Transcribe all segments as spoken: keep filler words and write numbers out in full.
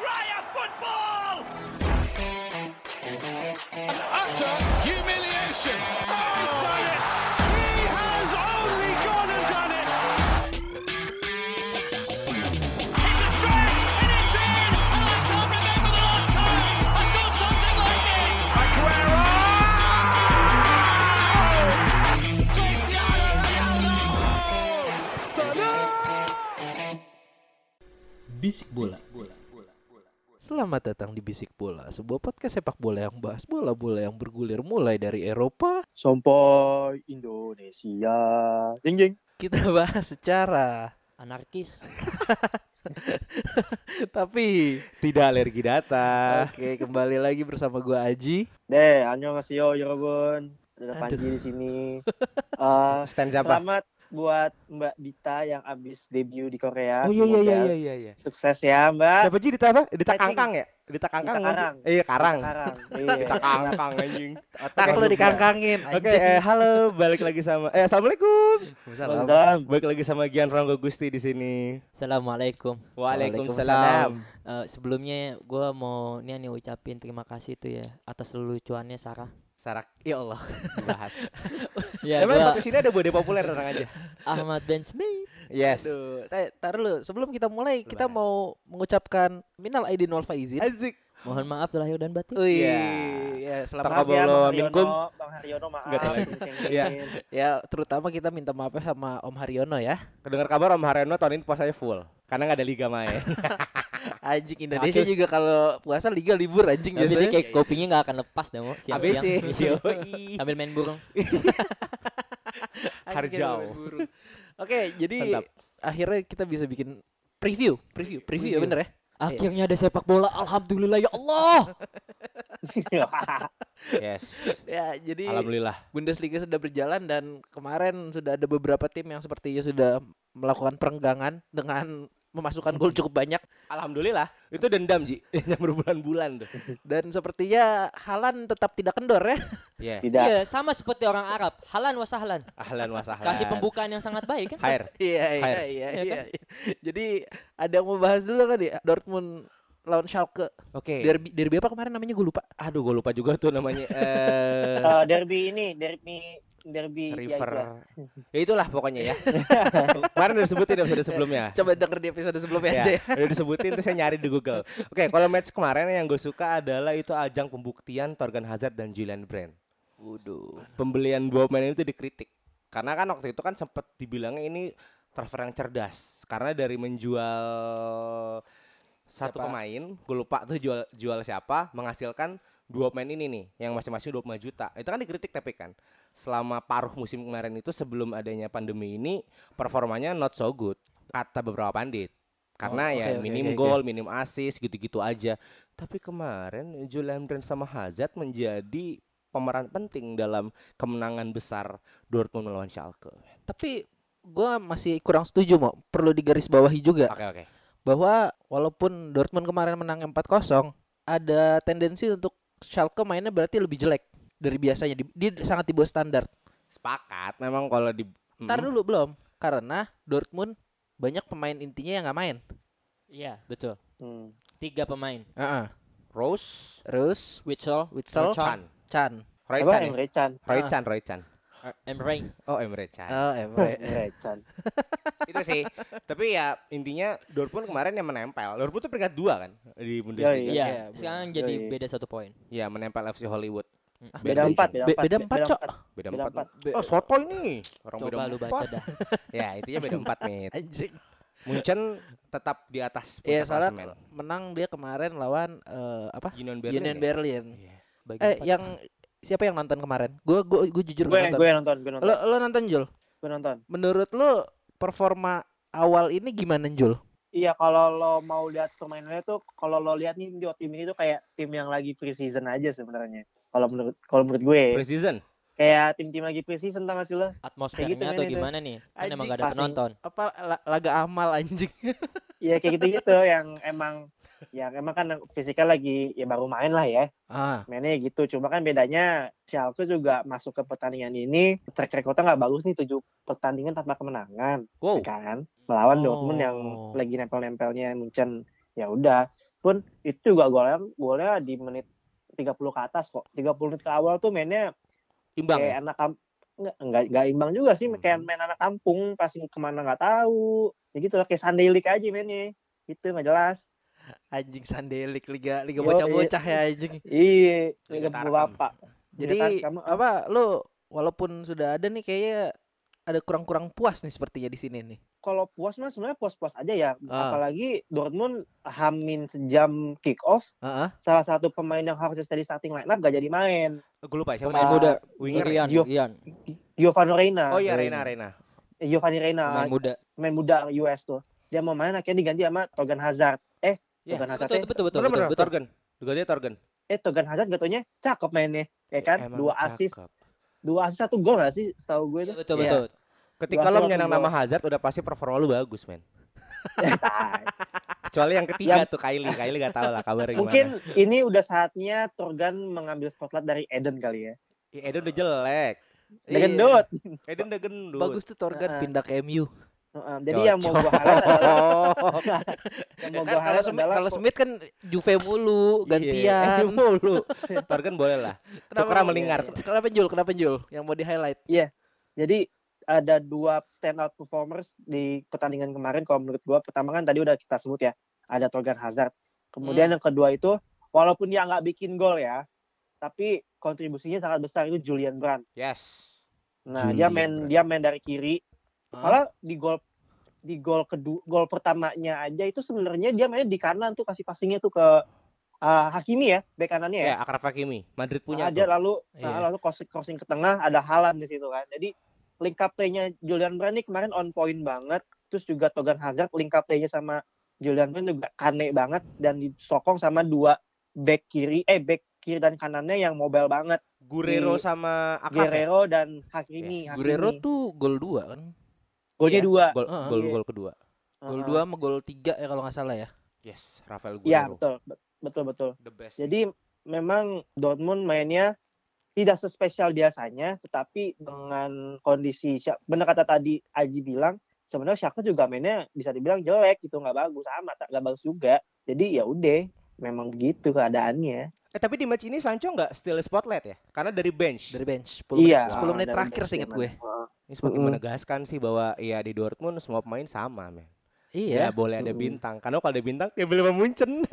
Triumph football! Utter humiliation. Oh, he's done it! He has only gone and done it! It's a stretch, and it's in! And I can't remember the last time I saw something like this! Aguero! Cristiano Ronaldo! Salah. Bisik Bola. Selamat datang di Bisik Bola, sebuah podcast sepak bola yang bahas bola-bola yang bergulir mulai dari Eropa. Sampai Indonesia. Jeng jeng. Kita bahas secara anarkis. tapi Tidak alergi data. oke, kembali lagi bersama gua Aji. Deh, annyeonghaseyo Yorobun. Ada Panji di sini. Eh, Stand siapa? selamat buat Mbak Dita yang abis debut di Korea. Oh iya iya iya Semoga iya iya. sukses ya, Mbak. Siapa Ji Dita apa? Dita Cacing. Kangkang ya? Dita Kangkang. Dita nggak sih? Karang. Eh, iya Karang. Sekarang. Dita Kangkang anjing. Otak lu dikangkangin. Oke, eh, halo, balik lagi sama eh assalamualaikum. Salam. Salam. Balik lagi sama Gian Ronggo Gusti di sini. Assalamualaikum. Waalaikumsalam. Eh, sebelumnya gue mau nih nih ucapin terima kasih tuh ya atas lelucuannya Sarah. Sarak, ya Allah, dibahas. Ya Emang gue podcast ini ada bude populer tenang aja. Ahmad Ben Smith. Yes. Aduh, tar tar dulu. Sebelum kita mulai, kita Lebaran. mau mengucapkan minal aidin wal faizin. Azik. Mohon maaf lahir dan batin. Wih, Iya. ya selamat Takabul. Maaf ya, Kabolo, Bang minkum. Haryono. Bang Haryono maaf. Nggak tahu. Iya. ya, terutama kita minta maaf sama Om Haryono ya. Kedengar kabar Om Haryono tahun ini puasanya full karena nggak ada liga main. Anjing Indonesia juga kalau puasa liga libur anjing Tapi dia biasanya. kayak kopinya nggak akan lepas dah mau A B C. siang-siang. Yoi. Sambil main burung. Anjing Harjau. main burung. Oke, jadi Mantap. akhirnya kita bisa bikin preview, preview, preview, ya Preview. bener ya? Akhirnya ada sepak bola. Alhamdulillah ya Allah. Yes. Ya, jadi Alhamdulillah. Bundesliga sudah berjalan dan kemarin sudah ada beberapa tim yang sepertinya sudah melakukan perenggangan dengan memasukkan gol cukup banyak Alhamdulillah. Itu dendam Ji yang berbulan-bulan tuh. dan sepertinya Haaland tetap tidak kendor ya. Iya. Tidak. Iya, sama seperti orang Arab. Halan wa sahlan. Ahlan wa sahlan. Kasih pembukaan yang sangat baik kan? Hair. Iya, iya, Hair. iya, Iya iya. Jadi ada yang mau bahas dulu kan ya Dortmund lawan Schalke. Oke. Derby derby apa kemarin namanya gue lupa. Aduh, gue lupa juga tuh namanya. Eh Eh, derby ini, derby derby ya River. itulah. Ya itulah pokoknya ya. Kemarin udah disebutin episode sebelumnya. Coba denger di episode sebelumnya Ya, aja ya. udah disebutin terus saya nyari di Google. Oke, kalau match kemarin yang gue suka adalah itu ajang pembuktian Thorgan Hazard dan Julian Brandt. Waduh. Pembelian dua pemain itu dikritik. Karena kan waktu itu kan sempat dibilangnya ini transfer yang cerdas karena dari menjual satu Siapa? pemain, gue lupa tuh jual jual siapa, menghasilkan dua pemain ini nih yang masing-masing dua puluh lima juta. Itu kan dikritik tapi kan selama paruh musim kemarin itu sebelum adanya pandemi ini performanya not so good kata beberapa pandit. Karena Oh, ya oke, oke, minim oke, gol, minim assist gitu-gitu aja. Tapi kemarin Julian Brandt sama Hazard menjadi pemeran penting dalam kemenangan besar Dortmund melawan Schalke. Tapi gue masih kurang setuju mau. Perlu digarisbawahi juga Oke oke. bahwa walaupun Dortmund kemarin menang empat kosong, ada tendensi untuk Schalke mainnya berarti lebih jelek dari biasanya. Di- Dia sangat di bawah standar. Sepakat. Memang kalau di Ntar Mm. dulu belum, karena Dortmund banyak pemain intinya yang nggak main. Iya, betul. Hmm. Tiga pemain. Heeh. Rose, Terus Witsel, Witsel, Chan, Chan, Roy Apa Chan, ya? Emre Can? Roy Ah. Chan, Roy Chan. Emre. Oh Emre Can. oh Emre. Emre Can. Itu sih. Tapi ya intinya Dortmund kemarin yang menempel. Dortmund tuh peringkat dua kan di Bundesliga. Iya, Iya, iya, sekarang bener. jadi Yoi. beda satu poin. Ya menempel F C Hollywood. Beda empat, beda Be- empat. beda empat, Cok. Beda Beda empat. empat. Be- Oh soto ini. Orang beda Coba lu empat. baca dah. Ya intinya beda empat nih. Anjing. Munchen tetap di atas Iya, puncak soalnya klasemen. menang dia kemarin lawan eh, apa? Union Berlin. Union ya? Berlin. Iya. Bagi Eh, empat. yang siapa yang nonton kemarin? Gue gue gue jujur Gue nggak nonton. gue yang nonton, gue nonton. Lo lo nonton Jul? Gue nonton. Menurut lo performa awal ini gimana Jul? Iya, kalau lo mau lihat permainannya tuh, kalau lo lihat nih dua tim ini tuh kayak tim yang lagi pre-season aja sebenarnya. Kalau menurut kalau menurut gue, Pre-season. kayak tim-tim lagi pre-season tau gak sih lo? Atmosfernya kayak gitu atau mainnya gimana nih? Kan Anjing, emang gak ada passing. penonton. Apa la- laga amal anjing? Iya kayak gitu-gitu yang emang yang emang kan fisikal lagi ya baru main lah ya. Ah, Mainnya gitu. Cuma kan bedanya Schalke juga masuk ke pertandingan ini track recordnya nggak bagus nih, tujuh pertandingan tanpa kemenangan. Wow. Kan melawan Oh. Dortmund yang lagi nempel-nempelnya Munchen. Ya udah, pun itu juga golnya golnya di menit tiga puluh ke atas kok. tiga puluh menit ke awal tuh mainnya Imbang ya? kayak anak kamp enggak, enggak enggak imbang juga sih, kayak Mhm. main anak kampung, passing kemana nggak tahu. Ya gitu lah, kayak Sunday League aja mainnya. Gitu nggak jelas. Anjing Sandelik liga liga Yo, bocah-bocah ya anjing. Iya, Liga Liga Tarkam. Bapak. Jadi Liga Tarkam, ah. apa lu walaupun sudah ada nih kayaknya ada kurang-kurang puas nih sepertinya di sini nih. Kalau puas mah sebenarnya puas-puas aja ya. Ah. Apalagi Dortmund hamin sejam kick off, Heeh. salah satu pemain yang harusnya di starting line up gak jadi main. Gue lupa siapa Pemain nih? muda. Winger. ya? Rian, Gio- Rian. Giovanni Reina. Oh iya Reina. Reina Reina. Eh, Giovanni Reina, Pemain muda. pemain muda U S tuh. Dia mau main akhirnya diganti sama Torgan Hazard. Eh, Ya, Torgan Hazard. Betul, eh, betul, betul, Bener betul, bener betul. Torgen. Diganti Torgen. eh Torgan Hazard gak taunya cakep mainnya, ya kan? Emang Dua assist, cakep. dua assist satu gol gak sih? Setahu gue Iya, tuh. betul, Iya. betul. Ketika Dua lo assist, menyandang satu nama gol. Hazard udah pasti performa lu bagus, men. Tai. Kecuali yang ketiga Yang- tuh Kylie. Kylie gak tahu lah kabarnya gimana. Mungkin ini udah saatnya Torgan mengambil spotlight dari Eden kali ya. Ih, Eden udah jelek. Udah Iya. gendut. Eden udah gendut. Bagus tuh Torgan Heeh. pindah ke M U. Heeh, jadi yang mau gue highlight adalah yang Ya mau kan gue kalau highlight Smith adalah kalau Smith kan Juve mulu Iya, gantian. mulu. Torgen boleh lah. Tukeran melingkar. Kenapa Jul? Kenapa Jul? Yang mau di highlight? jadi ada dua stand out performers di pertandingan kemarin kalau menurut gue. Pertama kan tadi udah kita sebut ya, ada Torgan Hazard. Kemudian Hmm. yang kedua itu walaupun dia nggak bikin gol ya, tapi kontribusinya sangat besar itu Julian Brandt. Yes. Nah, Julian dia main Brandt. dia main dari kiri. Hah? Malah di gol di gol kedua gol pertamanya aja itu sebenarnya dia mainnya di kanan tuh, kasih passingnya tuh ke uh, Hakimi ya, bek kanannya ya. Ya, Akraf Hakimi. Madrid punya Ada tuh. lalu Iya. nah, lalu crossing, crossing ke tengah, ada Haaland di situ kan. Jadi link up play-nya Julian Brandt ini kemarin on point banget. Terus juga Torgan Hazard link up play-nya sama Julian Brandt juga kane banget dan disokong sama dua back kiri eh back kiri dan kanannya yang mobile banget. Guerrero Di- sama Akraf. ya? Guerrero dan Hakimi. Hakimi. Guerrero tuh gol dua kan? golnya Iya, dua. Gol Heeh. gol Iya. gol kedua. Gol Heeh. dua sama gol tiga ya kalau nggak salah ya. Yes, Rafael Iya, Guerrero. betul. Bet- Betul betul. The best. Jadi memang Dortmund mainnya tidak sespesial biasanya, tetapi dengan kondisi Sha- benar kata tadi Aji bilang, sebenarnya Shakhtar juga mainnya bisa dibilang jelek gitu, nggak bagus amat, nggak bagus juga. Jadi ya udah, memang begitu keadaannya. Eh tapi di match ini Sancho nggak steal spotlight ya? Karena dari bench. Dari bench sepuluh Iya. menit, sepuluh menit dari terakhir bench seingat gimana. gue. Heeh. Ini semakin Mm-mm. menegaskan sih bahwa ya di Dortmund semua pemain sama, men. Iya. Ya boleh ada Mm-mm. bintang. Karena kalau ada bintang kayak beli Munchen.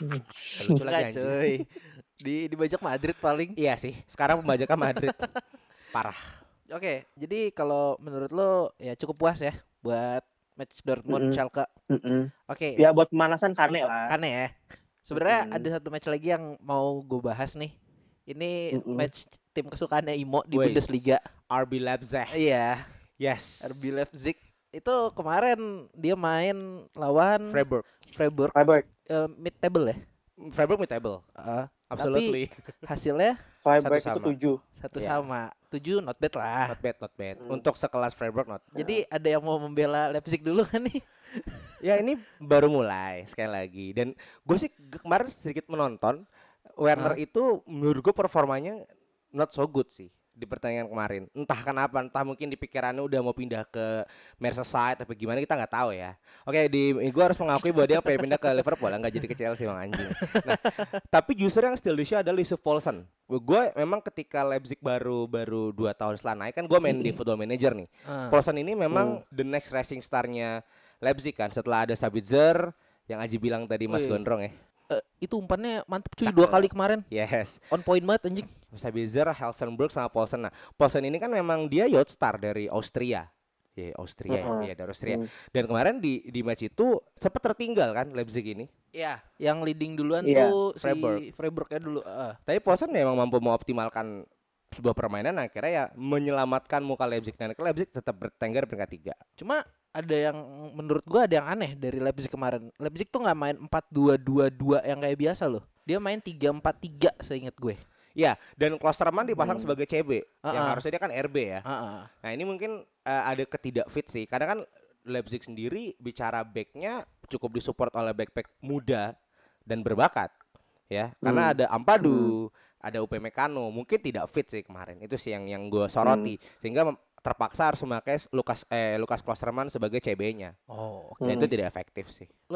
Lucu lagi Enggak anjing. cuy. Di dibajak Madrid paling. Iya sih. Sekarang pembajakan Madrid. Parah. Oke, jadi kalau menurut lo ya cukup puas ya buat match Dortmund Mm-mm. Schalke. Mm-mm. Oke. Ya buat pemanasan Kane lah. Kan ya. Sebenarnya Mm-mm. ada satu match lagi yang mau gue bahas nih. Ini Mm-mm. match tim kesukaannya Imo di Wais. Bundesliga. R B Leipzig. Iya, Yes. R B Leipzig itu kemarin dia main lawan Freiburg. Freiburg Freiburg, eh, mid table ya. Freiburg mid table. Eh, Absolutely. hasilnya Freiburg itu sama. tujuh. satu Iya. sama. tujuh not bad lah. Not bad, not bad. Hmm. Untuk sekelas Freiburg not. Jadi ada yang mau membela Leipzig dulu kan nih? Ya ini baru mulai sekali lagi. Dan gue sih ge- kemarin sedikit menonton Werner itu menurut gue performanya not so good sih di pertandingan kemarin. Entah kenapa, entah mungkin di pikirannya udah mau pindah ke Merseyside tapi gimana kita nggak tahu ya. Oke, di gue harus mengakui bahwa dia pengen pindah ke Liverpool, nggak jadi ke Chelsea bang anjing. Nah, tapi justru yang still di show adalah Yusuf Poulsen. Gue memang ketika Leipzig baru baru dua tahun setelah naik kan gue main di Football Manager nih. Eh, Poulsen ini memang the next rising star-nya Leipzig kan setelah ada Sabitzer yang Aji bilang tadi Mas Wih. Gondrong ya. eh, itu umpannya mantep cuy Cakep. dua kali kemarin. Yes. On point banget anjing. Sabitzer, Helsingborg sama Poulsen. Nah, Poulsen ini kan memang dia youth star dari Austria. Ya, Austria Heeh. ya, dari Austria. Hmm. Dan kemarin di di match itu sempat tertinggal kan Leipzig ini. Iya, yang leading duluan Iya, tuh si Freiburg. Freiburg-nya dulu. eh. Tapi Poulsen memang mampu mengoptimalkan sebuah permainan akhirnya ya menyelamatkan muka Leipzig dan akhirnya Leipzig tetap bertengger peringkat tiga. Cuma ada yang menurut gua ada yang aneh dari Leipzig kemarin. Leipzig tuh nggak main empat dua dua dua yang kayak biasa loh. Dia main tiga empat tiga seingat gue. Ya, dan Klosterman dipasang Hmm. sebagai C B yang Uh-uh. harusnya dia kan R B ya. Heeh. Nah, ini mungkin eh, ada ketidakfit sih. Karena kan Leipzig sendiri bicara backnya cukup disupport oleh back-back muda dan berbakat. Ya, karena Hmm. ada Ampadu, ada Upamecano, mungkin tidak fit sih kemarin. Itu sih yang yang gue soroti. Sehingga mem- terpaksa harus memakai Lukas eh Lukas Klosterman sebagai C B-nya. Oh, oke. Dan Hmm. itu tidak efektif sih. Lo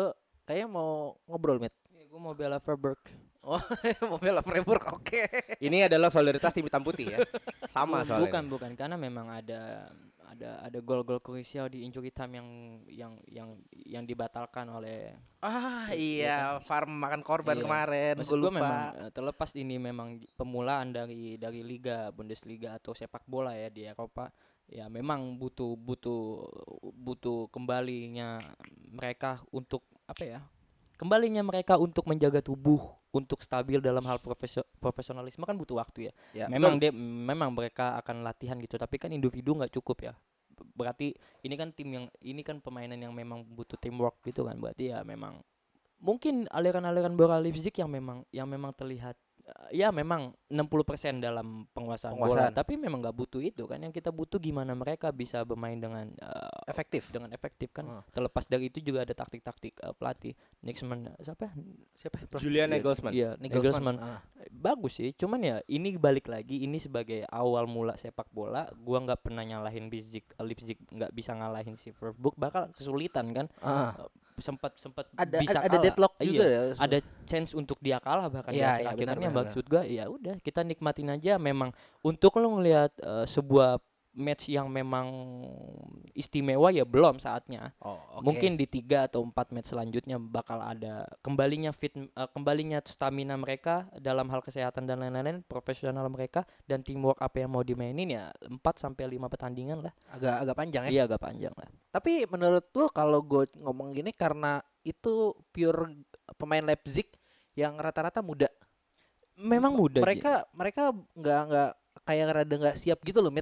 kayaknya mau ngobrol, Mit. Gue mau bela Freiburg. Oh, mau bela Freiburg, oke. Ini adalah solidaritas tim hitam putih ya. Sama Bu- soalnya. Bukan, bukan karena memang ada ada ada gol-gol krusial di injury time yang yang yang yang dibatalkan oleh Ah Iya iya, Farm makan korban Iya. kemarin, Maksud gue gue lupa. memang eh, terlepas ini memang di- pemulaan dari dari liga Bundesliga atau sepak bola ya di Eropa, ya memang butuh butuh butuh kembalinya mereka untuk apa ya? Kembalinya mereka untuk menjaga tubuh untuk stabil dalam hal profesio- profesionalisme kan butuh waktu ya. Ya, Memang betul. dia memang mereka akan latihan gitu, tapi kan individu nggak cukup ya. B- Berarti ini kan tim yang ini kan permainan yang memang butuh teamwork gitu kan. Berarti ya memang mungkin aliran-aliran bola Leipzig yang memang yang memang terlihat eh, ya memang enam puluh persen dalam penguasaan, bola, Penguasaan. tapi memang nggak butuh itu kan. Yang kita butuh gimana mereka bisa bermain dengan eh, Efektif. dengan efektif kan. Oh. Terlepas dari itu juga ada taktik-taktik eh, pelatih. Nixman siapa? Siapa? ya? Julian Nagelsmann. Iya, Nagelsmann. Nagelsmann. Ah. Bagus sih, cuman ya ini balik lagi ini sebagai awal mula sepak bola, gua nggak pernah nyalahin Leipzig, Leipzig nggak bisa ngalahin si Freiburg, bakal kesulitan kan. Ah. Sempat sempat Ada bisa ada kalah. deadlock Iya, juga ya. ada chance untuk dia kalah bahkan di Iya, iya, akhir-akhir benar, kan. Yang benar, maksud gua ya udah kita nikmatin aja. Memang untuk lo ngelihat eh, sebuah match yang memang istimewa ya belum saatnya. Oh, oke. Mungkin di tiga atau empat match selanjutnya bakal ada kembalinya fit, eh, kembalinya stamina mereka dalam hal kesehatan dan lain-lain, profesional mereka dan teamwork apa yang mau dimainin ya empat sampai lima pertandingan lah. agak agak panjang ya. Iya agak panjang lah. Tapi menurut lu kalau gue ngomong gini karena itu pure pemain Leipzig yang rata-rata muda. Memang mudah. Ji. Mereka mereka nggak nggak kayak rada nggak siap gitu loh, Mit.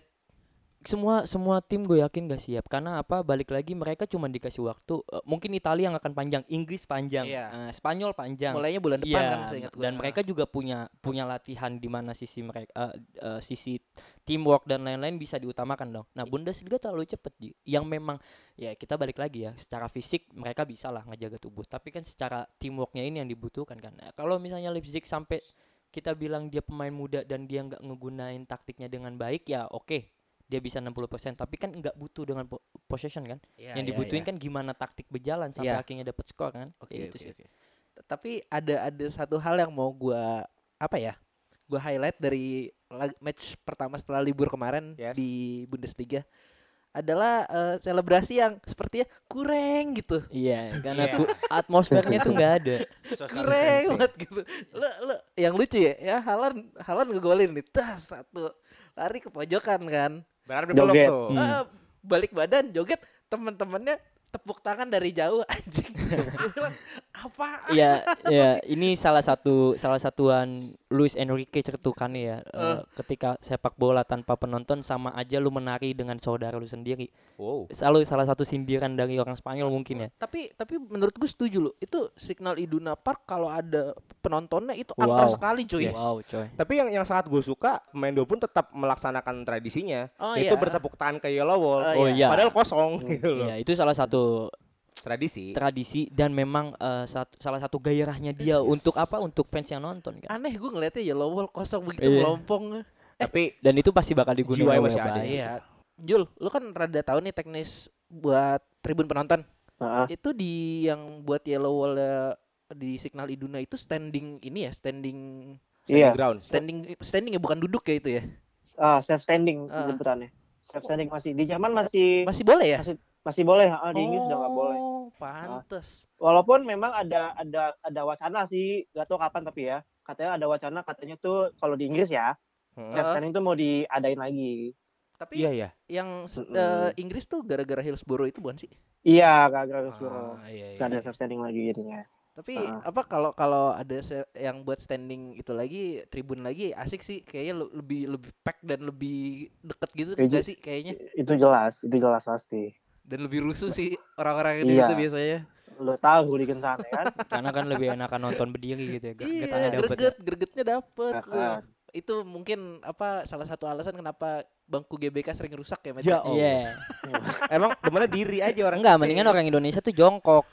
semua semua tim gue yakin gak siap karena apa, balik lagi mereka cuma dikasih waktu. Eh, mungkin Italia yang akan panjang, Inggris panjang, Iya. eh, Spanyol panjang. Mulainya bulan depan Iya, kan seingat gue. dan mereka juga punya punya latihan di mana sisi mereka eh, eh, sisi teamwork dan lain-lain bisa diutamakan dong. Nah, Bundesliga terlalu cepet Ji. Yang memang ya kita balik lagi ya, secara fisik mereka bisa lah ngejaga tubuh, tapi kan secara teamworknya ini yang dibutuhkan kan. Nah, kalau misalnya Leipzig sampai kita bilang dia pemain muda dan dia nggak ngegunain taktiknya dengan baik ya oke, dia bisa enam puluh persen, tapi kan nggak butuh dengan po- possession kan. Iya, yang iya, dibutuhin iya. kan gimana taktik berjalan sampai Iya. akhirnya dapat skor kan. Oke, Ya itu oke, sih. oke. T- Tapi ada ada satu hal yang mau gua apa ya? Gua highlight dari lag- match pertama setelah libur kemarin Yes. di Bundesliga adalah eh, selebrasi yang sepertinya kurang gitu. Iya, karena Iya. ku- atmosfernya tuh nggak ada. Kurang banget gitu. Lo lo yang lucu ya, ya Halan Halan ngegolin nih. Tas satu lari ke pojokan kan. Berharap dipeluk Joget. tuh. Hmm. Eh, balik badan joget, teman-temannya tepuk tangan dari jauh anjing. Gua bilang, apaan? Iya, ya ini salah satu salah satuan Luis Enrique cetukannya ya. eh, ketika sepak bola tanpa penonton sama aja lu menari dengan saudara lu sendiri. Wow. Selalu salah satu sindiran dari orang Spanyol mungkin ya. Tapi tapi menurut gue setuju loh. Itu Signal Iduna Park kalau ada penontonnya itu Wow. angker sekali cuy. Wow, coy. Tapi yang yang sangat gue suka, pemain dua pun tetap melaksanakan tradisinya, Oh, yaitu iya. bertepuk tangan ke yellow wall. Oh, Oh iya. Padahal kosong gitu loh. Iya, itu salah satu Tradisi. tradisi dan memang eh, satu, salah satu gairahnya dia untuk apa? Untuk fans yang nonton kan. Aneh gue ngeliatnya yellow wall kosong begitu Iya. melompong. Tapi Dan itu pasti bakal digunakan Jiwanya oleh masih ada. baik. Iya. Jul, lu kan rada tahu nih teknis buat tribun penonton. Heeh. Itu di yang buat yellow wall di Signal Iduna itu standing ini ya, standing standing Iya. ground. standing standing ya bukan duduk ya itu ya. Ah, self standing Ah. sebutannya. Self standing masih di Jerman masih Masih boleh ya? masih masih boleh, ah, di Inggris udah nggak boleh. Oh, pantes. Walaupun memang ada ada ada wacana sih, gak tahu kapan tapi ya. Katanya ada wacana katanya tuh kalau di Inggris ya, Heeh. self standing tuh mau diadain lagi. Tapi Iya ya. yang s- Mm-mm. eh, Inggris tuh gara-gara Hillsborough itu bukan sih? Iya, gara-gara Hillsborough. Ah, iya, Gak ada iya. self standing lagi jadinya. Tapi Ah. apa kalau kalau ada se- yang buat standing itu lagi, tribun lagi asik sih. Kayaknya le- lebih lebih pack dan lebih deket gitu Iya, enggak sih kayaknya? Itu jelas, itu jelas pasti. Dan lebih rusuh sih orang-orang ini Iya. itu biasanya. Lo tahu hooligan sana kan? Karena kan lebih enakan nonton berdiri gitu ya. Iya, Gregetannya dapet. greget, gregetnya dapet. Ah, ah. Itu mungkin apa salah satu alasan kenapa bangku G B K sering rusak ya, Mas? Ya Allah. Iya. Emang demennya diri aja orang. Enggak, mendingan orang Indonesia tuh jongkok.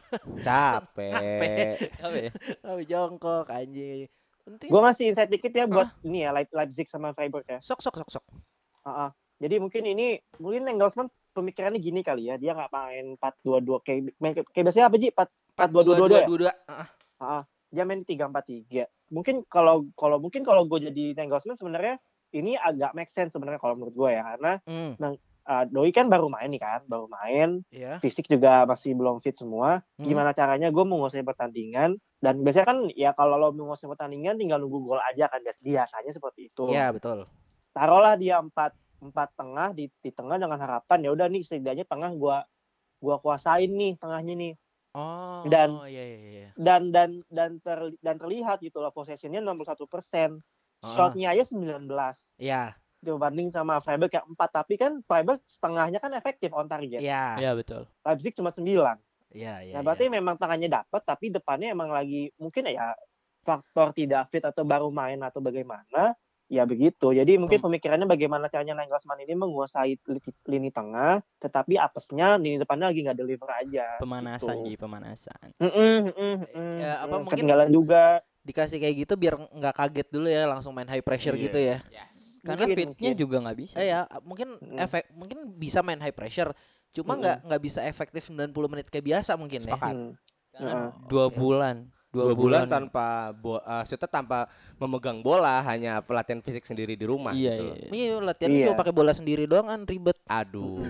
capek. Apa ya? Oh, jongkok anjing. Penting. Gue ngasih insight dikit ya buat ini ya Leip- Leipzig sama Freiburg ya. Sok sok sok sok. Ah, ah. Jadi mungkin ini mungkin Nagelsmann pemikirannya gini kali ya, dia nggak main empat dua dua kayak main kayak biasanya apa Ji? empat empat dua dua dua ya? dua dua. Heeh. Heeh. Dia main tiga empat tiga. Mungkin kalau kalau mungkin kalau gue jadi Nagelsmann sebenarnya ini agak make sense sebenarnya kalau menurut gue ya, karena Hmm. uh, Doi kan baru main nih kan, baru main, Iya. fisik juga masih belum fit semua. Hmm. Gimana caranya gue menguasai pertandingan? Dan biasanya kan ya kalau lo menguasai pertandingan tinggal nunggu gol aja kan, bias- biasanya seperti itu. Iya, betul. Taruhlah dia empat empat tengah di, di tengah dengan harapan ya udah nih setidaknya tengah gua gua kuasain nih tengahnya nih. Oh, Dan- iya iya iya. Dan dan dan ter, dan terlihat gitu loh possessionnya enam puluh satu persen. Ah. Shotnya aja sembilan belas. Iya, Dibanding sama Freiburg yang empat, tapi kan Freiburg setengahnya kan efektif on target. iya. Iya betul. Leipzig cuma sembilan. Iya, iya. Nah, berarti memang tengahnya dapat tapi depannya emang lagi mungkin ya faktor tidak fit atau baru main atau bagaimana. Ya begitu. Jadi mungkin Pem- pemikirannya bagaimana caranya Nagelsmann ini menguasai li- lini tengah, tetapi apesnya lini depannya lagi nggak deliver aja. Pemanasan gitu. Ji, pemanasan. Mm-mm, mm-mm, mm-mm. Ya, apa Mm, mungkin- ketinggalan juga. Dikasih kayak gitu biar nggak kaget dulu ya, langsung main high pressure Iya. gitu ya. Karena Mungkin, fitnya mungkin. juga nggak bisa. Eh ya, mungkin Mm. efek mungkin bisa main high pressure, cuma Mm-mm. nggak nggak bisa efektif sembilan puluh menit kayak biasa mungkin ya. Sepakat. Hmm. Karena Heeh. dua Oke. bulan. Dua, bulan, tanpa bo uh, serta tanpa memegang bola, hanya pelatihan fisik sendiri di rumah Iya, gitu loh. iya. Iya, latihannya Iya. cuma pakai bola sendiri doang kan ribet. Aduh.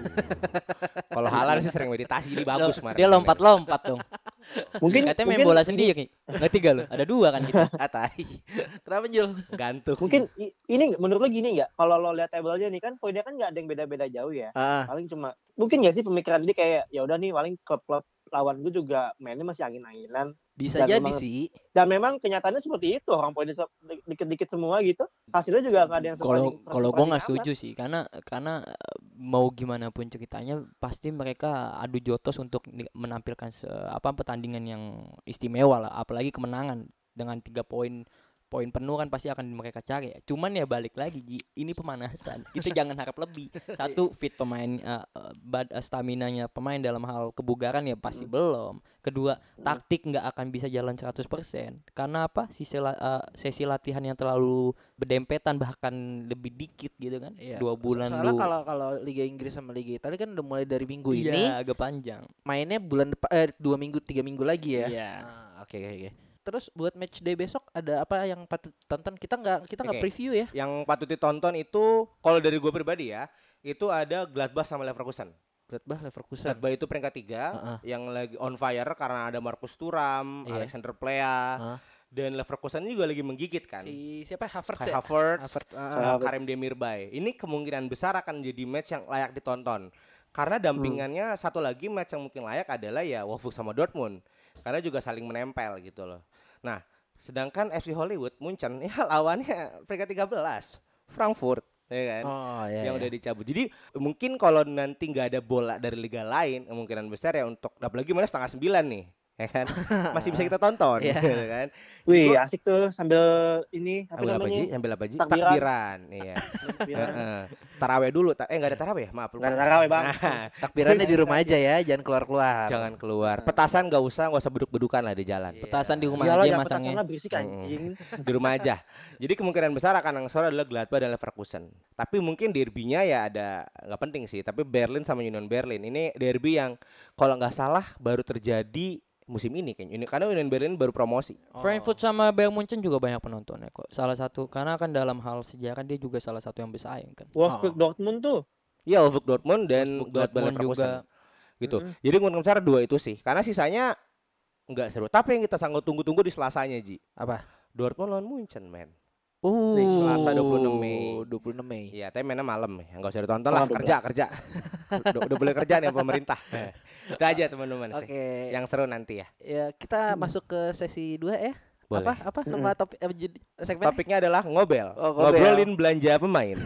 Kalau Halan sih sering meditasi jadi bagus Lo- kemarin. Dia lompat-lompat dong. Mungkin Katanya main mungkin bola ini- sendiri. Nggak tiga loh. Ada dua kan kita. Atai. Kenapa Jul? Gantung. Mungkin i- ini nggak- menurut lo gini nggak? Kalau lo lihat tabelnya nih kan poinnya kan nggak ada yang beda-beda jauh ya. Ah, Paling cuma mungkin nggak sih pemikiran dia kayak ya udah nih paling klub-klub lawan gue juga mainnya masih angin-anginan. bisa Dan jadi memang- sih. Dan memang kenyataannya seperti itu, orang poinnya se- dikit-dikit semua gitu. Hasilnya juga nggak ada yang Kalau sepaling- kalau gue sepaling nggak amat. setuju sih, karena karena eh, mau gimana pun ceritanya pasti mereka adu jotos untuk ni- menampilkan se, apa pertandingan yang istimewa lah, apalagi kemenangan dengan tiga poin poin penuh kan pasti akan mereka cari. Cuman ya balik lagi Ji, ini pemanasan. Kita jangan harap lebih. Satu, fit pemain, eh, eh, bad, eh, stamina-nya pemain dalam hal kebugaran ya pasti belum. Kedua, taktik nggak akan bisa jalan seratus persen. Karena apa? Sisi la- eh, sesi latihan yang terlalu berdempetan bahkan lebih dikit gitu kan. Iya. Dua bulan So- Soalnya lu. kalau kalau Liga Inggris sama Liga Italia kan udah mulai dari minggu Iya, ini, agak panjang. mainnya bulan depan eh dua minggu tiga minggu lagi ya. Iya. Ah, Oke oke oke. Terus buat match day besok ada apa yang patut tonton? Kita nggak kita nggak Oke. preview ya. Yang patut ditonton itu kalau dari gue pribadi ya, itu ada Gladbach sama Leverkusen. Gladbach Leverkusen. Gladbach itu peringkat tiga, Heeh. yang lagi on fire karena ada Marcus Thuram, Iya. Alexander Plea, Heeh. dan Leverkusen juga lagi menggigit kan. Si siapa Havertz Kai ya? Havertz, Havertz, uh, Havertz. Karim Demirbay. Ini kemungkinan besar akan jadi match yang layak ditonton. Karena dampingannya satu lagi match yang mungkin layak adalah ya Wolfsburg sama Dortmund. Karena juga saling menempel gitu loh. Nah, sedangkan F C Hollywood Munchen ya lawannya peringkat tiga belas, Frankfurt, ya kan. Oh iya. yang iya. udah dicabut. Jadi mungkin kalau nanti nggak ada bola dari liga lain, kemungkinan besar ya untuk apalagi mana setengah sembilan nih, ya kan, masih bisa kita tonton, Iya. gitu kan. Wih, Gua- asik tuh sambil ini apa Ambil apa namanya? Ji? Ambil apa Ji? Takbiran. Takbiran, iya. Takbiran. Heeh. Taraweh dulu, ta- eh nggak ada taraweh ya, maaf. lupa. Nggak ada taraweh, Bang. Nah, Takbirannya di rumah aja ya, jangan keluar-keluar. jangan keluar. Petasan nggak usah, nggak usah beduk-bedukan lah di jalan. Iya. Petasan di rumah Iyalah aja yang masangnya. petasannya berisik anjing. Di rumah aja. Jadi kemungkinan besar akan yang sore adalah Gladbach dan Leverkusen. Tapi mungkin derbynya ya ada nggak penting sih. Tapi Berlin sama Union Berlin ini derby yang kalau nggak salah baru terjadi musim ini kayaknya. Ini karena Union Berlin baru promosi. Oh. Frankfurt sama Bayern Munchen juga banyak penontonnya kok. Salah satu karena kan dalam hal sejarah dia juga salah satu yang bersaing kan. Wolfsburg Dortmund tuh. Iya, Wolfsburg Dortmund dan Wolfsburg Gladbach Dortmund Leverkusen. juga. Gitu. Mm-mm. Jadi kemungkinan besar dua itu sih. Karena sisanya nggak seru. Tapi yang kita sanggup tunggu-tunggu di Selasanya, Ji. Apa? Dortmund lawan Munchen, men. Uh, Selasa dua puluh enam Mei. dua puluh enam Mei. Iya, tapi mainnya malam ya. Enggak usah ditonton lah, Tanggal kerja kerja. udah, udah boleh kerja nih pemerintah. Eh, Itu aja teman-teman Oke. sih. Yang seru nanti ya. Ya, kita masuk ke sesi dua ya. Boleh. Apa apa nama topik eh, jadi segmen? Topiknya adalah ngobel. Oh, ngobel. Ngobrolin belanja pemain.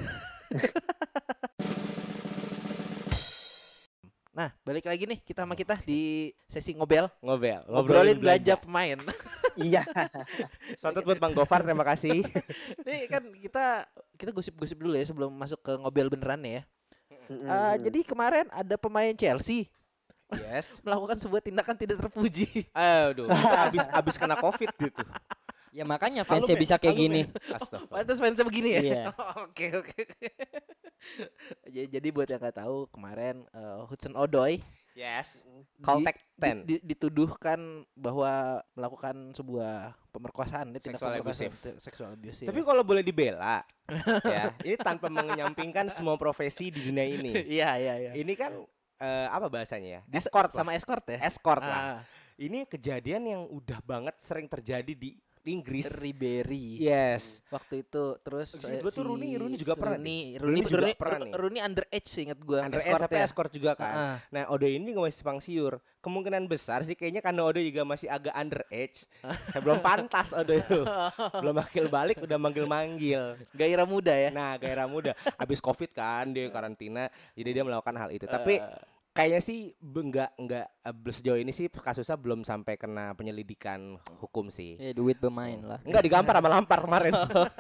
Nah, balik lagi nih kita sama kita di sesi ngobel, Ngobel. ngobrolin belanja pemain. Iya. Satu buat Bang Gofar, terima kasih. Nih kan kita kita gosip-gosip dulu ya sebelum masuk ke ngobel beneran ya. Mm-mm. Eh, jadi kemarin ada pemain Chelsea Yes. melakukan sebuah tindakan tidak terpuji. Aduh, itu abis abis kena Covid gitu. Ya makanya Halum fansnya ya? bisa kayak Halum gini. Astaga. Pantas fansnya begini ya. Iya. Oke oke. Ja- Jadi buat yang nggak tahu kemarin eh, Hudson Odoi Yes. Di- Caltech di- ten. di- dituduhkan bahwa melakukan sebuah pemerkosaan, dia tindak Sexual pemerkosaan, abusive. te- seksual abuse. Tapi kalau boleh dibela, ya, ini tanpa menyampingkan semua profesi di dunia ini. iya iya iya. Ini kan eh, apa bahasanya ya? Escort lah. Sama escort ya. Escort lah. Ah, Ini kejadian yang udah banget sering terjadi di Inggris. Ribery. Yes. Waktu itu terus Maksud eh, gua tuh Rooney- Rooney juga pernah Rooney, nih. Rooney, Rooney juga Rooney, pernah nih. Rooney underage sih ingat gua. Under escort sampai ya. escort juga kan. Ah. Nah, Odo ini juga masih simpang siur. Kemungkinan besar sih kayaknya karena Odo juga masih agak underage. Belum pantas Odo itu. Belum manggil balik udah manggil-manggil. Gairah muda ya. Nah, gairah muda. Habis Covid kan dia karantina, jadi dia melakukan hal itu. Tapi kayaknya sih be- enggak enggak eh, sejauh ini sih kasusnya belum sampai kena penyelidikan hukum sih. Ya duit bermain lah. Enggak digampar sama Lampar kemarin.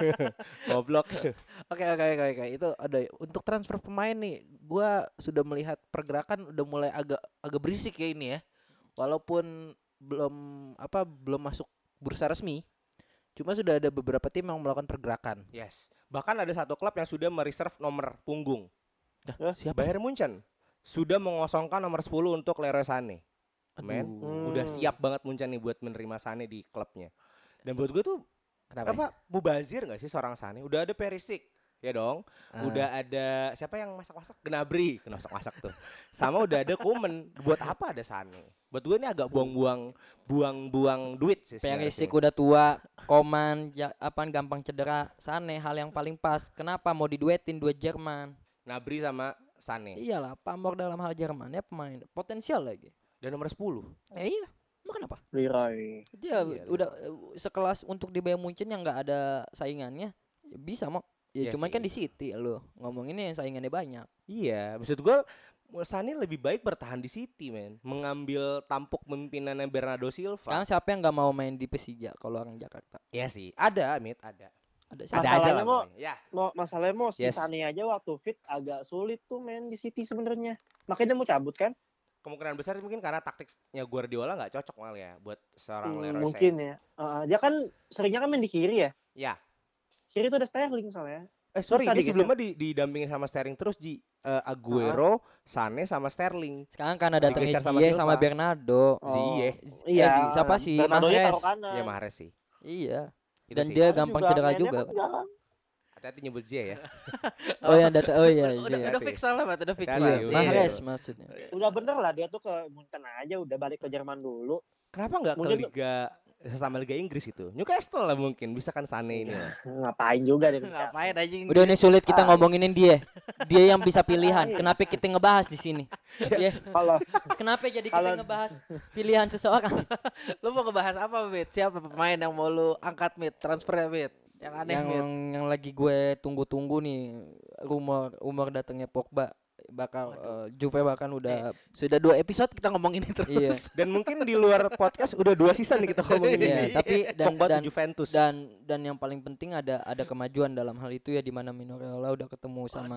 Goblok. Oke oke oke oke itu ada untuk transfer pemain nih. Gua sudah melihat pergerakan udah mulai agak agak berisik ya ini ya. Walaupun belum apa belum masuk bursa resmi. Cuma sudah ada beberapa tim yang melakukan pergerakan. Yes. Bahkan ada satu klub yang sudah mereserve nomor punggung. Dah, siapa? Bayern Munchen sudah mengosongkan nomor sepuluh untuk Leroy Sané. Men, Aduh. udah siap banget Munchen nih buat menerima Sané di klubnya. Dan buat gue tuh Kenapa? apa mubazir nggak sih seorang Sané? Udah ada Perisic, ya dong. Ah. Udah ada siapa yang masak-masak? Gnabry, kena masak-masak tuh. Sama udah ada Koeman. Buat apa ada Sané? Buat gue ini agak buang-buang buang-buang duit sih sebenarnya Perisic sih. udah tua, Koman ya, apaan gampang cedera. Sané hal yang paling pas. Kenapa mau diduetin dua Jerman? Gnabry sama Sané. Iyalah, pamor dalam hal Jerman ya pemain potensial lagi. Dan nomor sepuluh. Ya iya, emang kenapa? Leroy. Dia Iya, udah eh, sekelas untuk di Bayern Munchen yang nggak ada saingannya, ya bisa mau. Ya Iya cuman sih. kan di City lo ngomonginnya yang saingannya banyak. Iya, maksud gue Sané lebih baik bertahan di City, men. Mengambil tampuk pemimpinannya Bernardo Silva. Sekarang siapa yang nggak mau main di Persija kalau orang Jakarta? Iya sih, ada, Amit, ada. Ada Ada siapa? aja Masalahnya lah mau- pokoknya. Ya. Mau masalahnya mau si Yes. Sané aja waktu fit agak sulit tuh main di City sebenarnya. Makanya dia mau cabut kan? Kemungkinan besar mungkin karena taktiknya Guardiola nggak cocok mal ya buat seorang Hmm, Leroy mungkin Sané. ya. Uh, dia kan seringnya kan main di kiri ya. Ya. Kiri itu ada Sterling soalnya. Eh sorry, Susah dia digeser. sebelumnya di, didampingin sama Sterling terus di eh, Aguero, Sané sama Sterling. Sekarang karena datangnya Digeser sama Ziyech Silva. sama Bernardo. Ziyech. Eh, Iya. Zi- siapa sih? Bernardo-nya Mahrez. taruh kanan. Iya Mahrez sih. Iya. Itu Dan sih. dia Mahrez gampang juga cedera mainnya juga. kan jarang. Hati-hati nyebut Ziyech ya. Oh yang data oh iya. udah Ziyech. udah fix lah, Mat, udah fix Kan lah. ya, Iya. udah. Mahrez maksudnya. Udah bener lah dia tuh ke Munchen aja, udah balik ke Jerman dulu. Kenapa nggak ke Mungkin tuh- liga sesama liga Inggris gitu? Newcastle lah mungkin bisa kan Sané ini. lah. Ngapain juga dia. Ngapain anjing? Udah nih sulit kita Ah. ngomonginin dia. Dia yang bisa pilihan. Kenapa kita ngebahas di sini? Ya, Kalau kenapa jadi kita Kalau- ngebahas pilihan seseorang? Lu mau ngebahas apa, Mit? Siapa pemain yang mau lu angkat, Mit? Transfernya, Mit? Yang aneh, yang, Mit? yang lagi gue tunggu-tunggu nih rumor rumor datangnya Pogba bakal eh, Juve bahkan udah Sudah dua episode kita ngomongin ini terus. iya Dan mungkin di luar podcast udah dua season nih kita ngomongin Iya, ini. tapi dan Pogba dan tuh Juventus. dan dan yang paling penting ada ada kemajuan dalam hal itu ya di mana Mino Raiola udah ketemu sama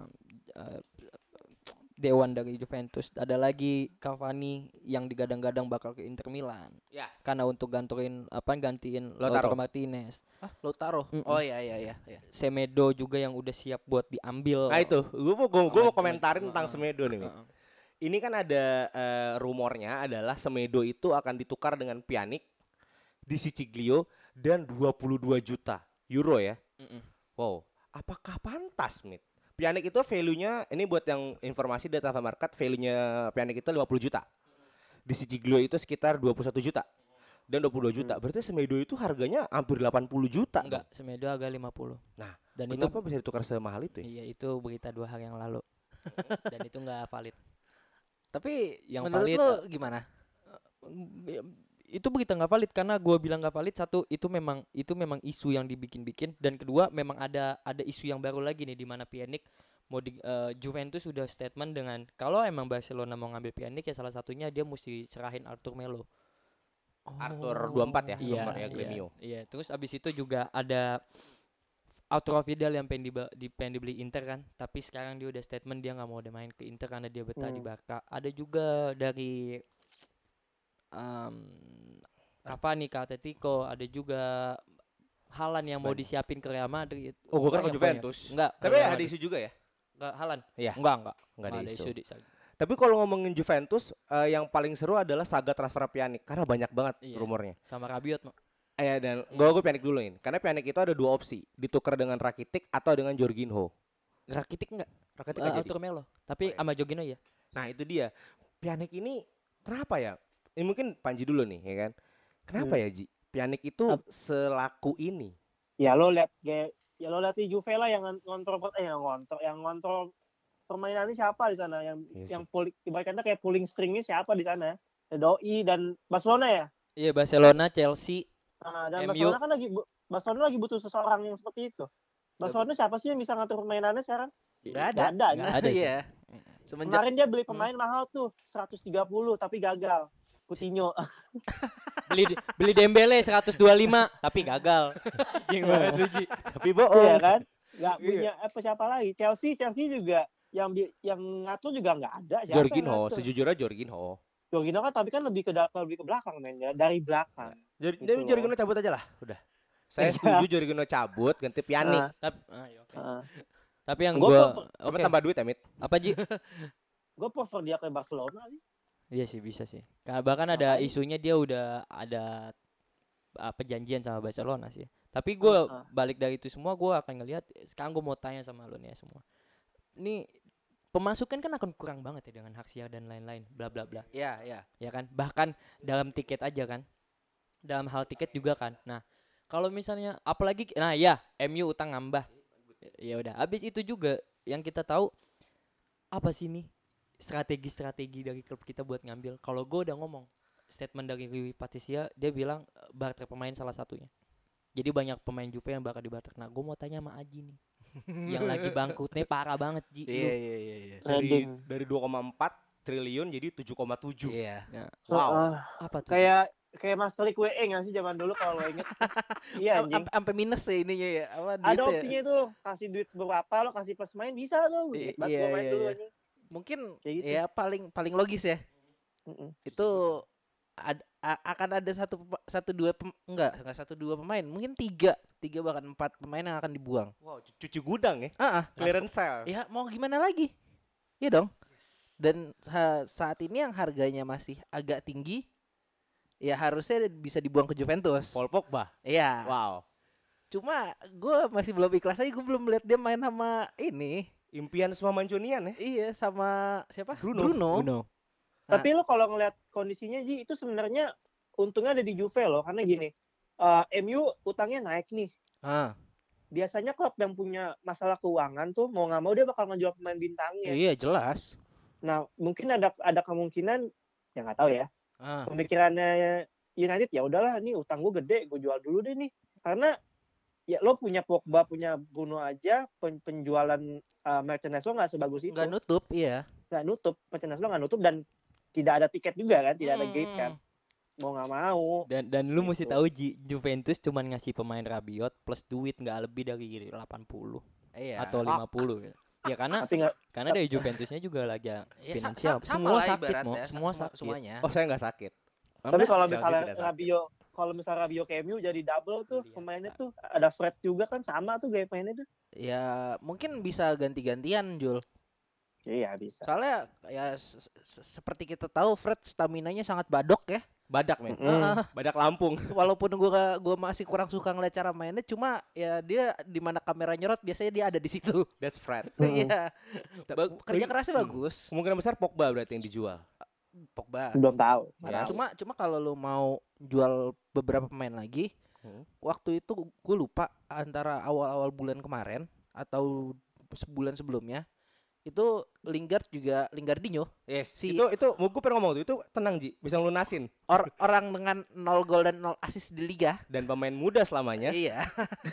eh, dewan dari Juventus. Ada lagi Cavani yang digadang-gadang bakal ke Inter Milan. Ya. Karena untuk gantuin apa gantiin Lautaro. Lautaro Martinez. Ah, Lautaro. Mm-mm. Oh iya iya iya. iya. Semedo juga yang udah siap buat diambil. Nah itu, gue mau gue mau Sama- komentarin sama- tentang uh-uh. Semedo nih. Mit. Heeh. Ini kan ada eh, rumornya adalah Semedo itu akan ditukar dengan Pjanic di Siciglio dan dua puluh dua juta euro ya. Mm-mm. Wow, apakah pantas, Mit? Pjanic itu value-nya ini buat yang informasi data market, value-nya Pjanic itu lima puluh juta. Di Siciglio itu sekitar dua puluh satu juta. Dan dua puluh dua juta. Berarti Semedo itu harganya hampir delapan puluh juta. Enggak, Semedo agak lima puluh. Nah, dan itu Kenapa bisa ditukar semahal itu ya? iya itu berita dua hari yang lalu. Dan itu enggak valid. Tapi Yang menurut valid, lu eh, gimana? Ya, itu berita nggak valid karena gue bilang nggak valid. Satu, itu memang itu memang isu yang dibikin-bikin, dan kedua memang ada ada isu yang baru lagi nih di mana Pjanic mau di eh, Juventus sudah statement dengan kalau emang Barcelona mau ngambil Pjanic ya salah satunya dia mesti serahin Arthur Melo. Arthur dua puluh empat ya, Iya, nomornya iya, Gremio. iya. Terus abis itu juga ada Arturo Vidal yang pengen, diba- di, pengen dibeli Inter kan, tapi sekarang dia udah statement dia nggak mau udah main ke Inter karena dia betah di Hmm. Barca. Ada juga dari um, Cavani ke Atletico, ada juga Haaland yang mau Banyak. disiapin ke Real Madrid. Oh, gue kan ke Banyak, Juventus. banyak. Enggak, Tapi Real ada Madrid. isu juga ya? Enggak, Haaland. Iya. Enggak, enggak. Enggak ada Nggak isu. di- Tapi kalau ngomongin Juventus, eh, yang paling seru adalah saga transfer Pjanic karena banyak banget Iya. rumornya. Sama Rabiot, Mak. Eh dan gua gue Pjanic dulu ini. Karena Pjanic itu ada dua opsi, ditukar dengan Rakitic atau dengan Jorginho. Rakitic enggak? Rakitic Uh, nggak jadi. Arthur Melo. Tapi Oh, iya. sama Jorginho ya. Nah, itu dia. Pjanic ini kenapa ya? Ini mungkin Panji dulu nih, ya kan? Kenapa Hmm. ya, Ji? Pjanic itu Ap- selaku ini. Ya lo lihat kayak ya lo lihat di Juve lah yang ngontrol eh yang ngontrol yang ngontrol permainannya siapa di sana yang Iya sih. yang pulling ibaratnya kayak pulling stringnya siapa di sana? Doi dan Barcelona ya. Iya, Barcelona, Chelsea. Nah, dan M U. Barcelona kan lagi bu- Barcelona lagi butuh seseorang yang seperti itu. Barcelona siapa sih yang bisa ngatur permainannya sekarang? Nggak ada. Nggak ada, nggak ada sih. Iya. Semenjak Kemarin dia beli pemain mahal tuh seratus tiga puluh tapi gagal. Coutinho. Beli beli Dembele seratus dua puluh lima tapi gagal. Anjing banget lu, Ji. Tapi Iya bohong. kan? Nggak Iya. punya apa siapa lagi? Chelsea Chelsea juga yang bi- yang ngatur juga nggak ada. Siapa yang Jorginho, ngatur? sejujurnya Jorginho. Jorginho kan tapi kan lebih ke da- lebih ke belakang mainnya dari belakang. Jor Gitu jadi loh. Jorginho cabut aja lah, udah. Saya Iya. setuju Jorginho cabut, ganti Pjanic. Nah, Tapi ah, iya, oke. uh, Tapi yang Gua gua Cuma oke. tambah duit ya, Mit. Apa, Ji? gue prefer dia ke Barcelona sih. Iya sih bisa sih. Karena bahkan ada Makanya. isunya dia udah ada uh, perjanjian sama Barcelona sih. Tapi gue Heeh. balik dari itu semua gue akan ngelihat sekarang gue mau tanya sama lo nih ya semua. Ini pemasukan kan akan kurang banget ya dengan hak siar dan lain-lain bla bla bla. ya, ya. Ya kan? Bahkan dalam tiket aja kan. Dalam hal tiket juga kan. Nah, kalau misalnya apalagi nah ya M U utang nambah. Ya udah, habis itu juga yang kita tahu apa sih nih strategi-strategi dari klub kita buat ngambil. Kalau gue udah ngomong statement dari Rui Patricia, dia bilang eh, barter pemain salah satunya. Jadi banyak pemain Juve yang bakal dibarter. Nah, gue mau tanya sama Aji nih. Yang lagi bangkrutnya parah banget, Ji. Lu. Iya, iya, iya, iya. Dari Trading. dari dua koma empat triliun jadi tujuh koma tujuh. Iya. Nah, Wow. Heeh. apa tuh? Kayak kayak Master League W E nggak sih zaman dulu kalau lo inget? Iya anjing. Sampai minus ya ininya ya. Apa Ada duitnya ya? opsinya itu kasih duit berapa lo kasih plus main bisa tuh. I- Gitu banget iya, gua main iya, dulu iya. anjing. Mungkin Kayak gitu. ya paling paling logis ya. Mm-mm. Itu ad- a- akan ada satu pema- satu dua pem- enggak enggak satu dua pemain, mungkin tiga tiga bahkan empat pemain yang akan dibuang. Wow, cu- cuci gudang ya. Ah, ah. Clearance sale. Ya mau gimana lagi? Iya dong. Dan sa- saat ini yang harganya masih agak tinggi, ya harusnya bisa dibuang ke Juventus. Paul Pogba. Iya. Wow. Cuma gue masih belum ikhlas aja, gue belum lihat dia main sama ini. Impian semua Mancunian ya. Iya, sama siapa? Bruno. Bruno. Bruno. Tapi lo kalau ngeliat kondisinya Ji itu sebenarnya untungnya ada di Juve loh karena gini. eh, M U utangnya naik nih. Ah, Biasanya klub yang punya masalah keuangan tuh mau nggak mau dia bakal ngejual pemain bintangnya. iya jelas. Nah mungkin ada ada kemungkinan ya nggak tahu ya. Ah, Pemikirannya United ya udahlah nih utang gue gede gue jual dulu deh nih karena ya lo punya Pogba punya Bruno aja pen- penjualan uh, merchandise lo nggak sebagus itu nggak nutup, iya. nggak nutup merchandise lo nggak nutup dan tidak ada tiket juga kan tidak ada gate kan Hmm. mau nggak mau Dan dan lu mesti Gitu. tahu Ji, Juventus cuman ngasih pemain Rabiot plus duit nggak lebih dari delapan puluh Iya. atau lima puluh ya. Ya karena tapi nggak karena dari Juventusnya juga lagi Ya, sa- finansial. sa- sama semua lah sakit, ibaratnya, Mo. sa- Semua semua- sakit. semuanya. Oh, saya nggak sakit. tapi Karena kalau Chelsea misalnya tidak sakit. Rabio kalau misalnya Rabio ke M U jadi double tuh Iya, pemainnya tak. tuh ada Fred juga kan sama tuh gaya mainnya tuh Ya mungkin bisa ganti-gantian Jul. iya bisa Soalnya ya se- se- seperti kita tahu Fred staminanya sangat badok ya. Badak men. Mm. Badak Lampung. Walaupun gua gua masih kurang suka ngeliat cara mainnya, cuma ya dia di mana kamera nyorot biasanya dia ada di situ. That's Fred. Iya. Ba- kerja Tapi- kerasnya hmm. bagus. Kemungkinan besar Pogba berarti yang dijual. Pogba. belum tahu nggak Ya. tahu. Cuma cuma kalau lu mau jual beberapa pemain lagi, Hmm. waktu itu gue lupa antara awal-awal bulan kemarin atau sebulan sebelumnya itu Lingard juga Lingardinho Yes. Si- Itu itu mau gue pernah ngomong tuh itu tenang Ji, bisa ngelunasin or- orang dengan nol gol dan nol assist di liga. dan pemain muda selamanya. Iya.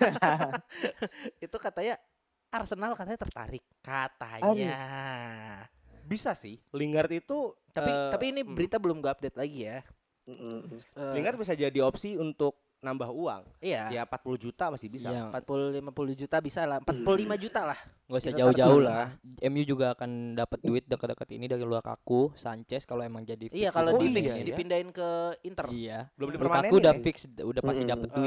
Itu katanya Arsenal katanya tertarik katanya. Bisa sih. Lingard itu Tapi eh, tapi ini hmm. berita belum gue update lagi ya. Mm-mm. Eh, Lingard bisa jadi opsi untuk nambah uang. iya. Ya empat puluh juta masih bisa. Iya. empat puluh lima puluh juta bisa lah. empat puluh lima juta lah. Nggak usah Kita jauh-jauh taruh lah. M U juga akan dapat duit dekat-dekat ini dari Lukaku, Sanchez kalau emang jadi Iya fix kalau Oh di iya fix ya. dipindahin ke Inter. Iya. Belum Lukaku dipermanenin udah ya? fix, udah pasti Mm-mm. dapat duit Eh. kan.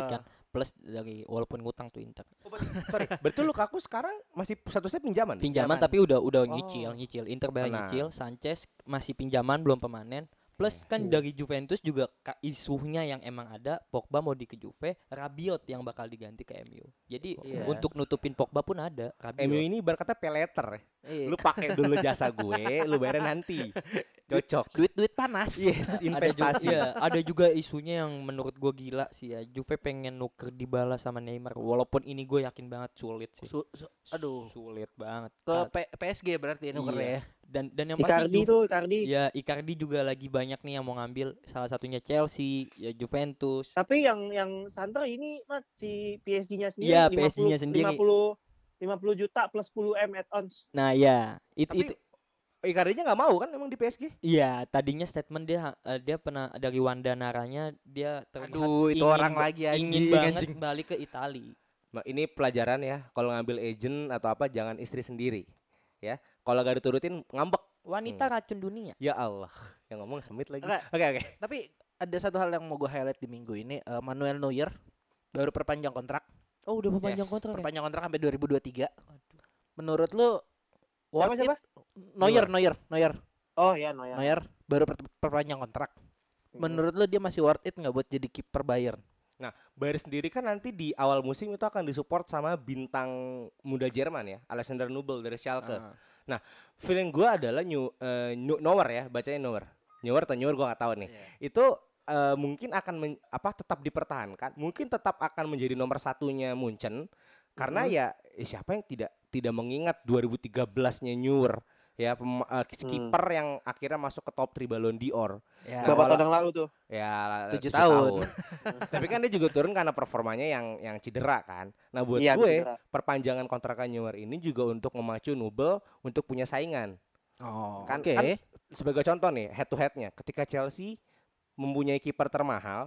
plus dari walaupun ngutang tuh Inter. Oh, berarti, sorry, berarti Lukaku sekarang masih statusnya pinjaman? Pinjaman Pinjaman. tapi udah udah Oh. nyicil, nyicil. Inter bayar Tenang. nyicil, Sanchez masih pinjaman belum pemanen. Plus kan dari Juventus juga ka- isunya yang emang ada Pogba mau di ke Juve, Rabiot yang bakal diganti ke M U. Jadi Iya. untuk nutupin Pogba pun ada Rabiot. M U ini berkata pay later ya. Iya. Lu pakai dulu jasa gue, lu bayar nanti. Cocok. Duit-duit panas. Yes, Ada juga, investasi. iya, ada juga isunya yang menurut gue gila sih ya. Juve pengen nuker Dybala sama Neymar. Walaupun ini gue yakin banget sulit sih. Su- su- aduh. Sulit banget. Ke Ka- P- PSG berarti ya nukernya Iya. ya. Dan dan yang pasti Icardi Juve- tuh, Icardi. ya Icardi juga lagi banyak nih yang mau ngambil. Salah satunya Chelsea, ya Juventus. Tapi yang yang santer ini Mat, si P S G-nya sendiri Iya, lima puluh, P S G-nya sendiri. lima puluh lima puluh juta plus sepuluh M add-ons. Nah ya itu Tapi itu Icardi-nya nggak mau kan emang di P S G? iya tadinya statement dia eh, dia pernah dari Wanda Naranya dia terlihat Aduh, itu ingin orang ba- lagi ingin anjing, banget anjing. balik ke Itali. Mbak, ini pelajaran ya, kalau ngambil agent atau apa jangan istri sendiri. Ya, kalau gak diturutin ngambek. Wanita racun dunia. Ya Allah, yang ngomong semit lagi. Enggak. Oke oke. Tapi ada satu hal yang mau gue highlight di minggu ini, eh, Manuel Neuer baru perpanjang kontrak. Oh udah perpanjang Yes. kontrak ya? Perpanjang kontrak sampai dua ribu dua puluh tiga. Menurut lu Siapa worth siapa? it? Neuer, Neuer, Neuer, Oh ya, Neuer. Neuer baru per- perpanjang kontrak. Menurut lu dia masih worth it nggak buat jadi kiper Bayern? Nah, Bayern sendiri kan nanti di awal musim itu akan disupport sama bintang muda Jerman ya, Alexander Nubel dari Schalke. Ah. Feeling gue adalah New, eh, New- Neuer ya, bacanya Neuer. Neuer atau Neuer gue nggak tahu nih. Iya. Itu eh, mungkin akan men- apa tetap dipertahankan, mungkin tetap akan menjadi nomor satunya Munchen karena ya eh, siapa yang tidak tidak mengingat dua ribu tiga belas-nya Neuer ya pem- eh, kiper yang akhirnya masuk ke top tiga Ballon d'Or. Ya. Berapa Awal- tahun yang lalu tuh? Ya Tujuh tujuh tahun. Tapi kan dia juga turun karena performanya yang yang cedera kan. Nah buat Iya, gue cedera. perpanjangan kontrak Neuer ini juga untuk memacu Nubel untuk punya saingan. Oh, Kan, oke. kan sebagai contoh nih head to headnya, ketika Chelsea mempunyai kiper termahal,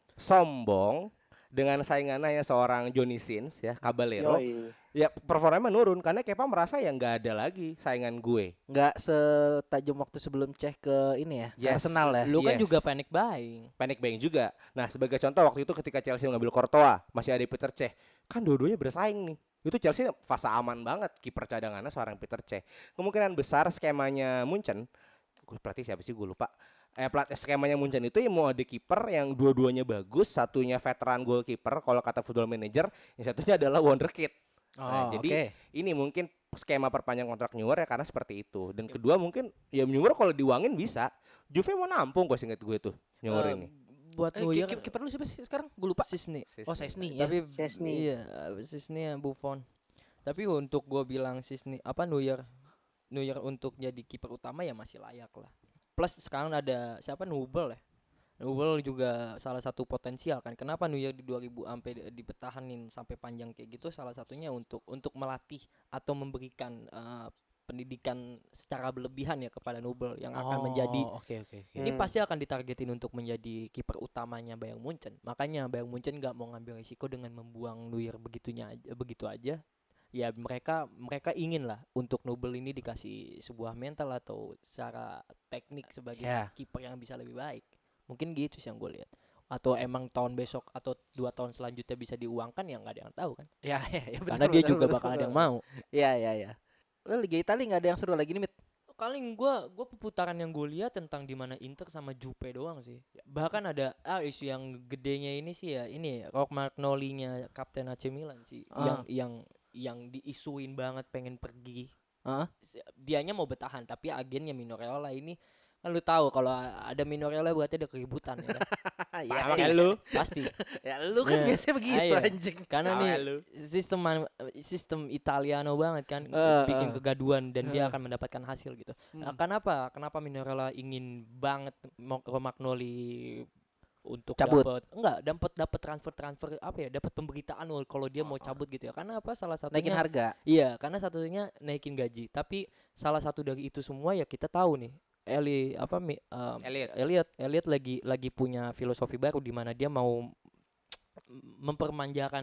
sombong dengan saingannya seorang Johnny Sins ya, Caballero, Yoi. ya performanya menurun karena Kepa merasa ya nggak ada lagi saingan gue. Nggak setajam waktu sebelum cek ke ini ya, ke Yes. Arsenal ya. Lu kan Yes. juga panic buying. Panic buying juga. Nah, sebagai contoh waktu itu ketika Chelsea mengambil Courtois, masih ada Peter Cech. Kan dua-duanya bersaing nih. Itu Chelsea fase aman banget, kiper cadangannya seorang Peter Cech. Kemungkinan besar skemanya Munchen, gue pelatih siapa sih gue lupa. Eh plat skemanya Munchen itu yang mau ada kiper yang dua-duanya bagus, satunya veteran goalkeeper kalau kata Football Manager, yang satunya adalah wonderkid. Nah, Oh, jadi oke. ini mungkin skema perpanjang kontrak Neuer ya karena seperti itu. Dan kedua mungkin ya Neuer kalau diuangin bisa. Juve mau nampung gue singkat gue tuh Neuer Eh, ini. Buat Eh, Neuer ki- ki- kiper lu siapa sih sekarang? Gue lupa. Sisni. Oh, Sesni ya. Tapi Chesney. iya, Sisni ya Buffon. Tapi untuk gue bilang Sisni apa Neuer Neuer untuk jadi kiper utama ya masih layak lah. Plus sekarang ada siapa Nubel ya. Nubel juga salah satu potensial kan. Kenapa Neuer di dua ribu sampai di- dipertahanin sampai panjang kayak gitu salah satunya untuk untuk melatih atau memberikan eh, pendidikan secara berlebihan ya kepada Nubel yang akan menjadi Oh, oke oke oke. ini Hmm. pasti akan ditargetin untuk menjadi kiper utamanya Bayern Munchen. Makanya Bayern Munchen nggak mau ngambil risiko dengan membuang Neuer begitunya aja, begitu aja. Ya mereka mereka ingin lah untuk Nubel ini dikasih sebuah mental atau secara teknik sebagai Ya. kiper yang bisa lebih baik. Mungkin gitu sih yang gue lihat. Atau emang tahun besok atau dua tahun selanjutnya bisa diuangkan ya nggak ada yang tahu kan. Ya ya ya. Karena dia juga bakal ada yang mau. Iya iya iya. Lo Liga Italia nggak ada yang seru lagi nih, Mit? Kali gua gua peputaran yang gue lihat tentang di mana Inter sama Juve doang sih. Bahkan ada ah isu yang gedenya ini sih ya ini Rock Magnoli-nya Kapten A C Milan sih yang Ah. yang yang diisuin banget pengen pergi. Heeh. Si- Dianya mau bertahan tapi agennya Mino Raiola ini kan lu tahu kalau ada Mino Raiola berarti ada keributan ya kan? Ya, Sama ya, kayak lu. Pasti. ya lu kan Ya. biasanya begitu Ayo. anjing. Karena Sama nih kayak lu. sistem man- sistem Italiano banget kan Eh, bikin eh. kegaduan dan dia Eh. akan mendapatkan hasil gitu. Nah, Hmm. kenapa? Kenapa Mino Raiola ingin banget Mo- Romagnoli untuk Cabut. dapat enggak dapat dapat transfer transfer apa ya dapat pemberitaan loh kalau dia mau cabut gitu ya karena apa salah satunya Naikin harga. iya karena satunya naikin gaji tapi salah satu dari itu semua ya kita tahu nih Eli apa mi, um, Elliot. Elliot Elliot lagi lagi punya filosofi baru di mana dia mau mempermanjakan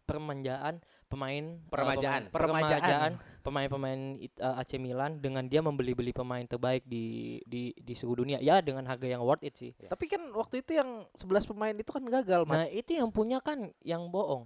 permanjaan pemain uh, Peremajaan. pemain- Peremajaan. peremajaan pemain-pemain it- uh, A C Milan dengan dia membeli-beli pemain terbaik di di di seluruh dunia ya dengan harga yang worth it sih. Tapi kan waktu itu yang sebelas pemain itu kan gagal, Mat. Nah itu yang punya kan yang bohong,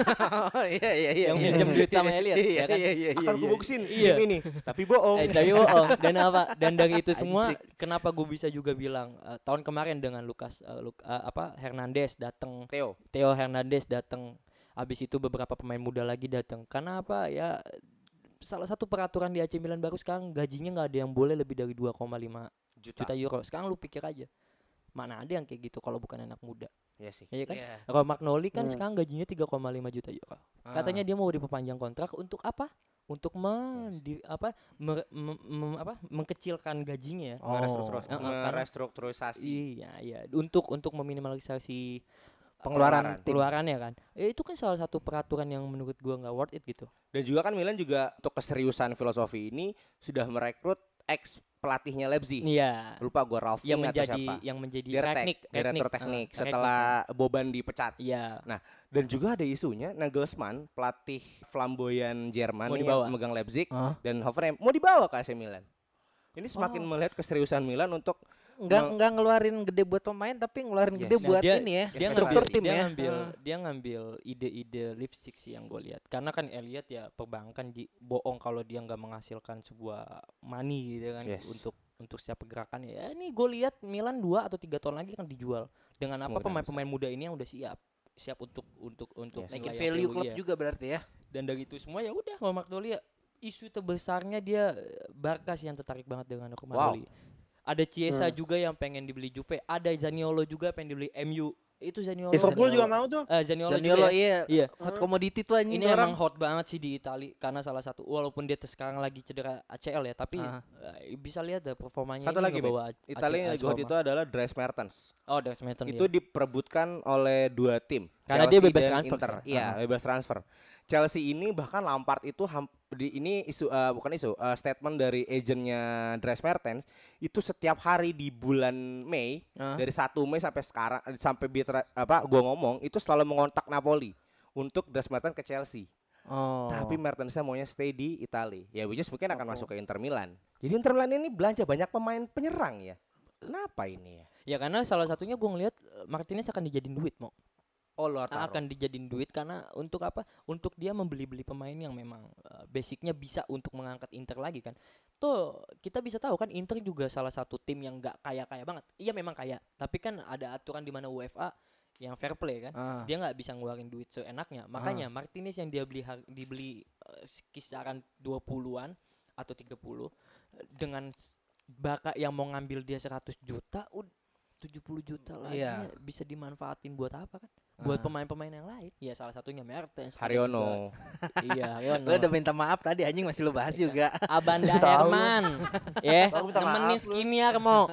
Oh, iya iya iya. yang iya. pinjam duit sama Elliot, Iya ya kan? iya iya. Akan iya. kubuksin Iya. tim ini, tapi bohong. Eh, tapi bohong. Dan apa? Dan dari itu semua, Anjing. kenapa gue bisa juga bilang uh, tahun kemarin dengan Lucas uh, Luk- uh, apa Hernandez datang, Theo. Theo Hernandez datang, habis itu beberapa pemain muda lagi datang. Karena apa ya? Salah satu peraturan di A C Milan baru sekarang gajinya nggak ada yang boleh lebih dari dua koma lima Juta. juta euro. Sekarang lu pikir aja, mana ada yang kayak gitu kalau bukan anak muda, Iya sih. ya kan? Iya. Romagnoli kan Hmm. sekarang gajinya tiga koma lima juta euro. Katanya dia mau diperpanjang kontrak untuk apa? Untuk men di, apa, mer- mem- mem- apa mengkecilkan gajinya. Oh. Merestruktur- Uh-uh, karena- merestrukturisasi. Iya, iya. Untuk untuk meminimalisasi Pengeluaran tim. pengeluarannya kan. Eh, itu kan salah satu peraturan yang menurut gua nggak worth it gitu. Dan juga kan Milan juga untuk keseriusan filosofi ini sudah merekrut ex pelatihnya Leipzig. Iya. Lupa gua Ralf Yang Ing atau menjadi siapa. yang menjadi Direktek, teknik, direktur teknik setelah Boban dipecat. Iya. Dan juga ada isunya Nagelsmann, pelatih flamboyan Jerman Mau nih dibawa. yang memegang Leipzig Hah? dan Hoffenheim mau dibawa ke A C Milan. Ini semakin Oh. melihat keseriusan Milan untuk Enggak Me- enggak ngeluarin gede buat pemain tapi ngeluarin Yes. gede Nah, buat dia- ini ya. dia struktur ngambil- tim dia ya. ngambil Heeh. dia ngambil ide-ide lipstick sih yang gue lihat, karena kan Elliot ya perbankan ji bohong kalau dia nggak menghasilkan sebuah money gitu kan. Yes. untuk untuk setiap pergerakan ya ini gue lihat Milan dua atau tiga tahun lagi kan dijual dengan apa Kemungkinan pemain-pemain muda ini yang udah siap siap untuk untuk untuk Yes. Naikin layak value payu, klub iya. juga berarti ya. Dan dari itu semua ya udah Romagnoli ya, isu terbesarnya dia eh, Barca sih yang tertarik banget dengan Romagnoli. Ada Chiesa Hmm. juga yang pengen dibeli Juve, ada Zaniolo juga pengen dibeli M U. Itu Zaniolo. Liverpool Zaniolo. juga mau tuh. Eh, Zaniolo, Zaniolo juga ya. iya. Iya. Hot commodity tuh anjing Ini orang. emang hot banget sih di Itali karena salah satu walaupun dia sekarang lagi cedera A C L ya, tapi Ah. eh, bisa lihat deh performanya Satu ini lagi, ngebawa A- Italia yang A C lagi hot Roma. itu adalah Dries Mertens. Oh, Dries Mertens Itu dia. diperebutkan oleh dua tim. Karena dia Chelsea bebas dan transfer Inter. sih. Iya, Ah. bebas transfer. Chelsea ini bahkan Lampard itu ham- di ini isu eh, bukan isu eh, statement dari agentnya Dries Mertens itu setiap hari di bulan Mei Ah. dari satu Mei sampai sekarang eh, sampai bitra, apa gua ngomong itu selalu mengontak Napoli untuk Dries Mertens ke Chelsea. Oh. Tapi Mertensnya maunya stay di Italia. Ya which is mungkin akan masuk ke Inter Milan. Jadi Inter Milan ini belanja banyak pemain penyerang ya. Kenapa ini ya? Ya karena salah satunya gue ngeliat eh, Martinez akan dijadiin duit mau. Oh, luar taruh. Akan dijadiin duit karena untuk apa? Untuk dia membeli-beli pemain yang memang uh, basicnya bisa untuk mengangkat Inter lagi kan. Tuh kita bisa tahu kan Inter juga salah satu tim yang nggak kaya-kaya banget. Iya memang kaya, tapi kan ada aturan di mana UEFA yang fair play kan. Ah. Dia nggak bisa ngeluarin duit seenaknya. Makanya Martinez yang dia beli har- dibeli uh, kisaran dua puluhan atau tiga puluh uh, dengan s- Barca yang mau ngambil dia seratus juta, ud- tujuh puluh juta lagi Iya. bisa dimanfaatin buat apa kan? Buat Ah. pemain-pemain yang lain. Ya salah satunya Mertens. ada Haryono. juga. Iya, Haryono. Lu udah minta maaf tadi anjing masih lu bahas juga. Abanda Tahu. Herman. Ya, Tahu minta nemenin maaf lu. Skriniar mau.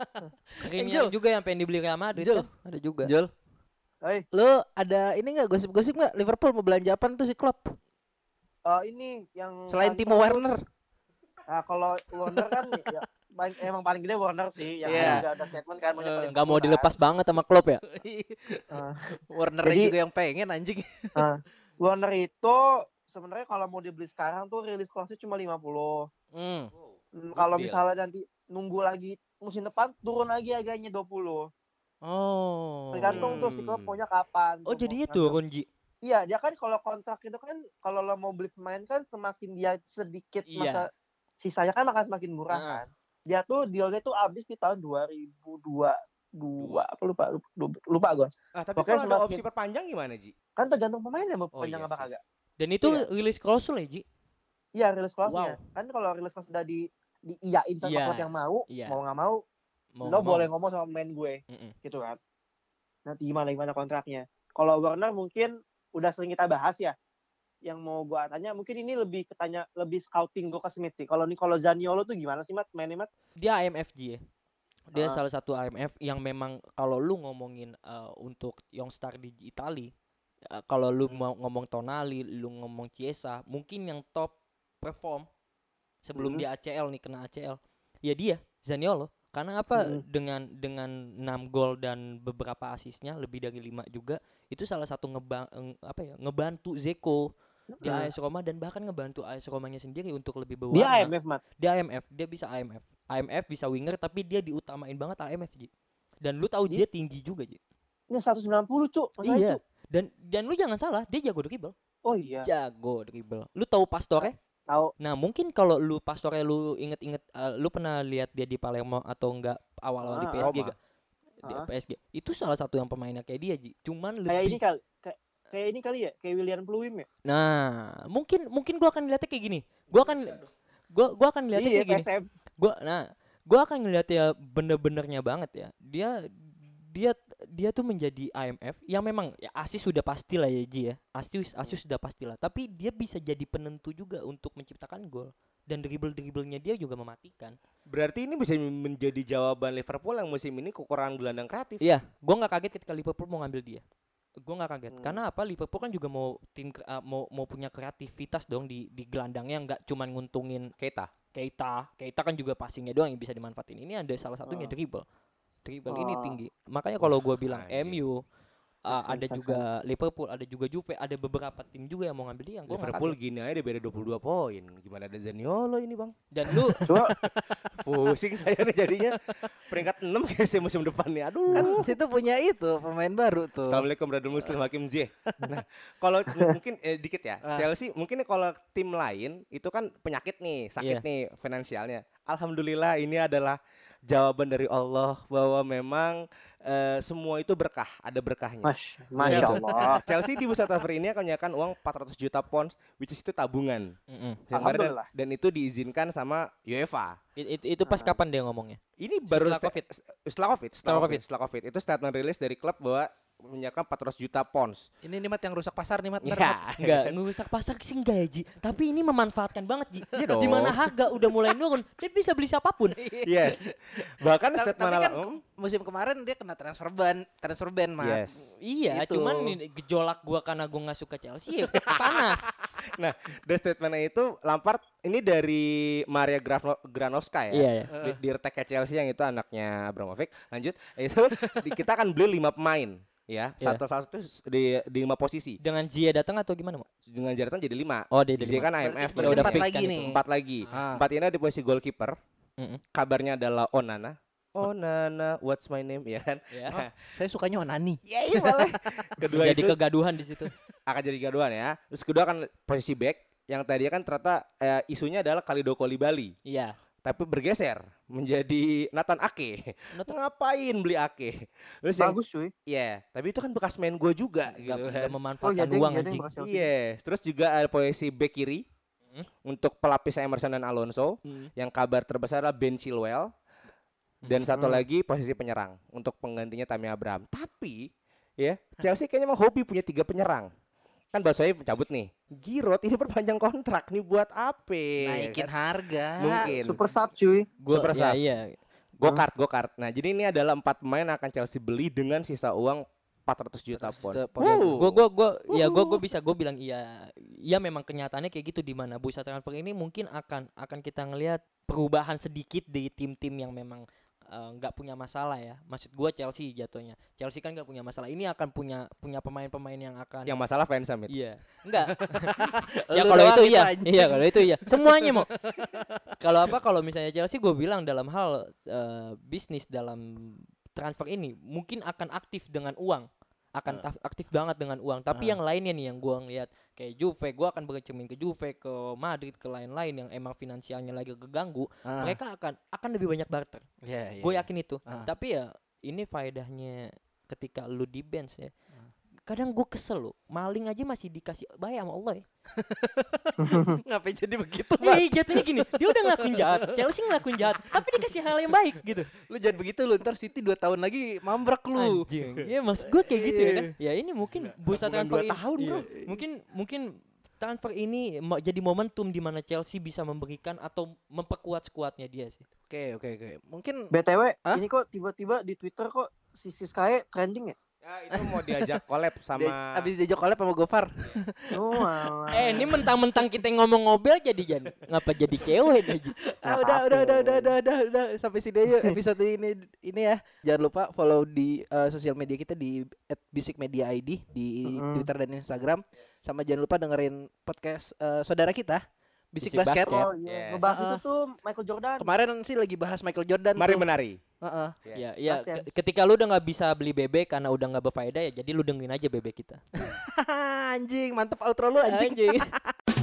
Skriniar Jul. juga yang pengen dibeli Real Madrid Jul. kan? Ada juga. Jul, Hei, lu ada ini enggak gosip-gosip enggak Liverpool mau belanja apaan tuh si Klopp? eh, ini yang Selain transfer Timo tuh- Werner. Nah, kalau Werner kan ya, paling- emang paling gede Werner sih yang Iya. udah ada statement kan mau nyeperin Enggak mau Liverpool dilepas kan. banget sama Klopp ya. Eh, Warner Jadi- juga yang pengen anjing. Werner itu sebenarnya kalau mau dibeli sekarang tuh rilis cost-nya cuma lima puluh. Hmm. Hmm, Kalau deal. misalnya nanti nunggu lagi musim depan turun lagi harganya dua puluh. Oh. Tergantung tuh si Hmm. klub maunya kapan. Oh, tuh, jadinya mau- turun Ji. Iya, dia kan kalau kontrak itu kan kalau lo mau beli pemain kan semakin dia sedikit Iya. masa sisanya kan akan semakin murah Heeh. kan. Dia tuh dealnya tuh habis di tahun dua ribu dua puluh dua apa lupa lupa, lupa gue. Ah, tapi Pokoknya kalau ada semakin- opsi perpanjang gimana, Ji? Kan tergantung pemainnya mau Oh, panjang iya apa sih. kagak. Dan itu Iya. rilis klausul ya, Ji. Iya, rilis clause-nya. Wow. Kan kalau rilis clause udah di diiyain sama Iya. klub yang mau, Iya. mau nggak mau, Mau lo nggak mau. boleh ngomong sama pemain gue, Mm-mm. gitu kan. Nanti gimana gimana kontraknya. Kalau Werner mungkin udah sering kita bahas ya. Yang mau gua tanya mungkin ini lebih ketanya lebih scouting gue ke Smith sih. Kalau nih kalau Zaniolo tuh gimana sih Mat mainnya Mat? Dia I M F G ya. Dia Ah. salah satu I M F yang memang kalau lu ngomongin uh, untuk young star di Itali, uh, kalau lu Hmm. mau ngomong Tonali, lu ngomong Chiesa, mungkin yang top perform sebelum Hmm. dia A C L nih kena A C L. Ya dia, Zaniolo. Karena apa? Mm. Dengan dengan enam gol dan beberapa asisnya lebih dari lima juga, itu salah satu ngeba eng- apa ya? Ngebantu Zeko di Nah. A S Roma dan bahkan ngebantu A S Romanya sendiri untuk lebih berwarna. Dia A M F, Mat. Dia A M F, dia bisa A M F. A M F bisa winger tapi dia diutamain banget A M F, Ji. Dan lu tahu Dia- dia tinggi juga, Ji. Ini seratus sembilan puluh, Cuk. Masa Iya. itu? Dan dan lu jangan salah, dia jago dribble. Oh iya. Jago dribble. Lu tahu Pastore? Tahu. Nah, mungkin kalau lu Pastore lu inget-inget uh, lu pernah lihat dia di Palermo atau enggak awal-awal di Ah, P S G Roma. gak? Di Ah. P S G. Itu salah satu yang pemainnya kayak dia, Ji. Cuman Kayak ini lebih kali kayak, kayak ini kali ya, kayak William Pluim ya. Nah, mungkin mungkin gua akan lihatnya kayak gini. Gua akan gua gua akan lihatnya Iya, kayak gini. P S M. Gua nah, gua akan ngeliat ya bener-benernya banget ya. Dia dia dia tuh menjadi A M F yang memang ya asis sudah pasti lah ya Ji ya. Asis asis sudah pastilah, tapi dia bisa jadi penentu juga untuk menciptakan gol dan dribble-dribblenya dia juga mematikan. Berarti ini bisa menjadi jawaban Liverpool yang musim ini kekurangan gelandang kreatif. Iya, gua nggak kaget ketika Liverpool mau ngambil dia. Gua nggak kaget. Hmm. Karena apa? Liverpool kan juga mau tim kre- uh, mau mau punya kreativitas dong di di gelandangnya, nggak cuman nguntungin Keita. Keita. Keita kan juga passingnya doang yang bisa dimanfaatin. Ini ada salah satunya Oh. dribble. Dribble ini Oh. tinggi. Makanya kalau gua bilang anjing. M U, uh, Make ada sense, make juga Liverpool, ada juga Juve, ada beberapa tim juga yang mau ngambil dia. Yang gua nggak Liverpool kaget. gini aja dia beda dua puluh dua poin. Gimana ada Zaniolo ini, Bang? Dan lu Cuma Pusing saya nih jadinya. Peringkat enam kayak saya musim depan nih. Aduh. Kan situ punya itu pemain baru tuh. Assalamualaikum Brother Muslim Hakim Ziyeh. Nah, kalau m- mungkin eh, dikit ya. Ah. Chelsea mungkin kalau tim lain itu kan penyakit nih, sakit Iya. nih finansialnya. Alhamdulillah ini adalah jawaban dari Allah bahwa memang eh, semua itu berkah, ada berkahnya. Mas, Masya Betul. Allah. Chelsea di bursa transfer ini akan menyediakan uang empat ratus juta pounds which is itu tabungan. Mm-mm. Dan, Alhamdulillah. dan itu diizinkan sama UEFA. It- it- itu pas kapan dia ngomongnya? Ini baru Setelah sta- Covid. setelah Covid, setelah Setelah Covid, setelah Covid. Itu statement rilis dari klub bahwa menyediakan empat ratus juta pounds. Ini nih Mat yang rusak pasar nih Mat. ntar, Mat. Ya, Enggak, ngerusak pasar sih enggak ya Ji. Tapi ini memanfaatkan banget Ji. Iya dong. Di mana harga udah mulai nurun, dia bisa beli siapapun. Yes. Bahkan Ta- statement tapi kan ala- hmm, musim kemarin dia kena transfer ban, transfer ban Mat. yes. Iya, Gitu. cuman ini gejolak gua karena gua nggak suka Chelsea ya panas. Nah, dari statementnya itu Lampard ini dari Maria Grafno- Granovska ya. Iya, iya. Di, di reteknya Chelsea yang itu anaknya Abramovich. Lanjut, itu di- kita akan beli lima pemain ya. Iya. Satu satu di di lima posisi. Dengan Zia datang atau gimana, Mo? Dengan Jaratan jadi lima. Oh, dia jadi Ziyech lima. kan I M F Berarti berarti udah empat fix lagi kan nih. empat lagi. Ah. Empat ini ada di posisi goalkeeper. Mm-mm. Kabarnya adalah Onana. Onana, what's my name, ya kan? Ya. Nah, Saya sukanya Onani. ya iya boleh. Kedua Jadi itu kegaduhan di situ. akan jadi gaduhan ya. Terus kedua kan posisi back yang tadi kan ternyata eh, isunya adalah Kalidou Koulibaly. Iya. Tapi bergeser menjadi Nathan Ake. Nathan- Ngapain beli Ake? Terus yang Bagus cuy. iya, tapi itu kan bekas main gue juga Nggak gitu nggak kan. Oh memanfaatkan iya deng, uang iya deng anjing. bekas Chelsea. Iya, terus juga ada posisi back kiri Hmm. untuk pelapis Emerson dan Alonso. Hmm. Yang kabar terbesar adalah Ben Chilwell. Dan satu Hmm. lagi posisi penyerang untuk penggantinya Tammy Abraham. Tapi ya Chelsea kayaknya emang hobi punya tiga penyerang. Kan Batshuayi cabut nih. Giroud ini perpanjang kontrak nih buat apa? Naikin kan? harga. Mungkin. Super sub cuy. Gua Super ya, sub. iya. Go-kart, go-kart. Nah, jadi ini adalah empat pemain yang akan Chelsea beli dengan sisa uang empat ratus juta pound. juta pound. Wow. Gua gua gua ya gua gua bisa gua bilang iya. Iya memang kenyataannya kayak gitu di mana bursa transfer ini mungkin akan akan kita ngelihat perubahan sedikit di tim-tim yang memang eh, nggak punya masalah ya. Maksud gua Chelsea jatuhnya. Chelsea kan nggak punya masalah. Ini akan punya punya pemain-pemain yang akan Yang masalah fans Amit. Iya. Enggak. ya Lu kalau doang itu itu, iya. anjing. Iya, kalau itu iya. Semuanya mau. Kalau apa kalau misalnya Chelsea gue bilang dalam hal eh, bisnis dalam transfer ini mungkin akan aktif dengan uang. Akan taf- aktif banget dengan uang. Tapi yang lainnya nih yang gua ngeliat kayak Juve, gua akan bercermin ke Juve, ke Madrid, ke lain-lain yang emang finansialnya lagi keganggu, Ah. mereka akan akan lebih banyak barter. Iya, iya. Gue yakin itu. Ah. Tapi ya ini faedahnya ketika lu di bench ya. Kadang gue kesel loh, maling aja masih dikasih bayar sama Allah ya. Ngapain jadi begitu, Mat? Eh jatuhnya gini, dia udah ngelakuin jahat, Chelsea ngelakuin jahat, tapi dikasih hal yang baik gitu. Lu jangan begitu lu, ntar City dua tahun lagi mambrak lu. Anjing. Ya maksud gue kayak gitu ya kan. Ya ini mungkin bursa tabungan transfer dua ini. tahun, bro. Iya. Mungkin mungkin transfer ini mo- jadi momentum di mana Chelsea bisa memberikan atau memperkuat skuadnya dia sih. Oke, oke, oke. Mungkin B T W, Hah? ini kok tiba-tiba di Twitter kok si Siskae trending ya? Ya, itu mau diajak collab Dia, sama abis diajak collab sama Gofar. Oh, alah. Eh, ini mentang-mentang kita ngomong ngobel jadi Jan. Ngapa jadi cewek aja? Ah, udah, udah, udah, udah, udah, udah, udah, sampai sini aja episode ini ini ya. Jangan lupa follow di uh, sosial media kita di at bisik media I D di Mm-mm. Twitter dan Instagram. Sama jangan lupa dengerin podcast uh, saudara kita Bisik, Bisik Basket. Basket. Oh iya, Yes. ngebahas Ah. itu tuh Michael Jordan. Kemarin sih lagi bahas Michael Jordan. Mari tuh. menari. Heeh. Ya, ya. Basket. ke- Ketika lu udah nggak bisa beli bebek karena udah nggak berfaedah ya, jadi lu dengerin aja bebek kita. Anjing, mantep outro lu anjing. Anjing.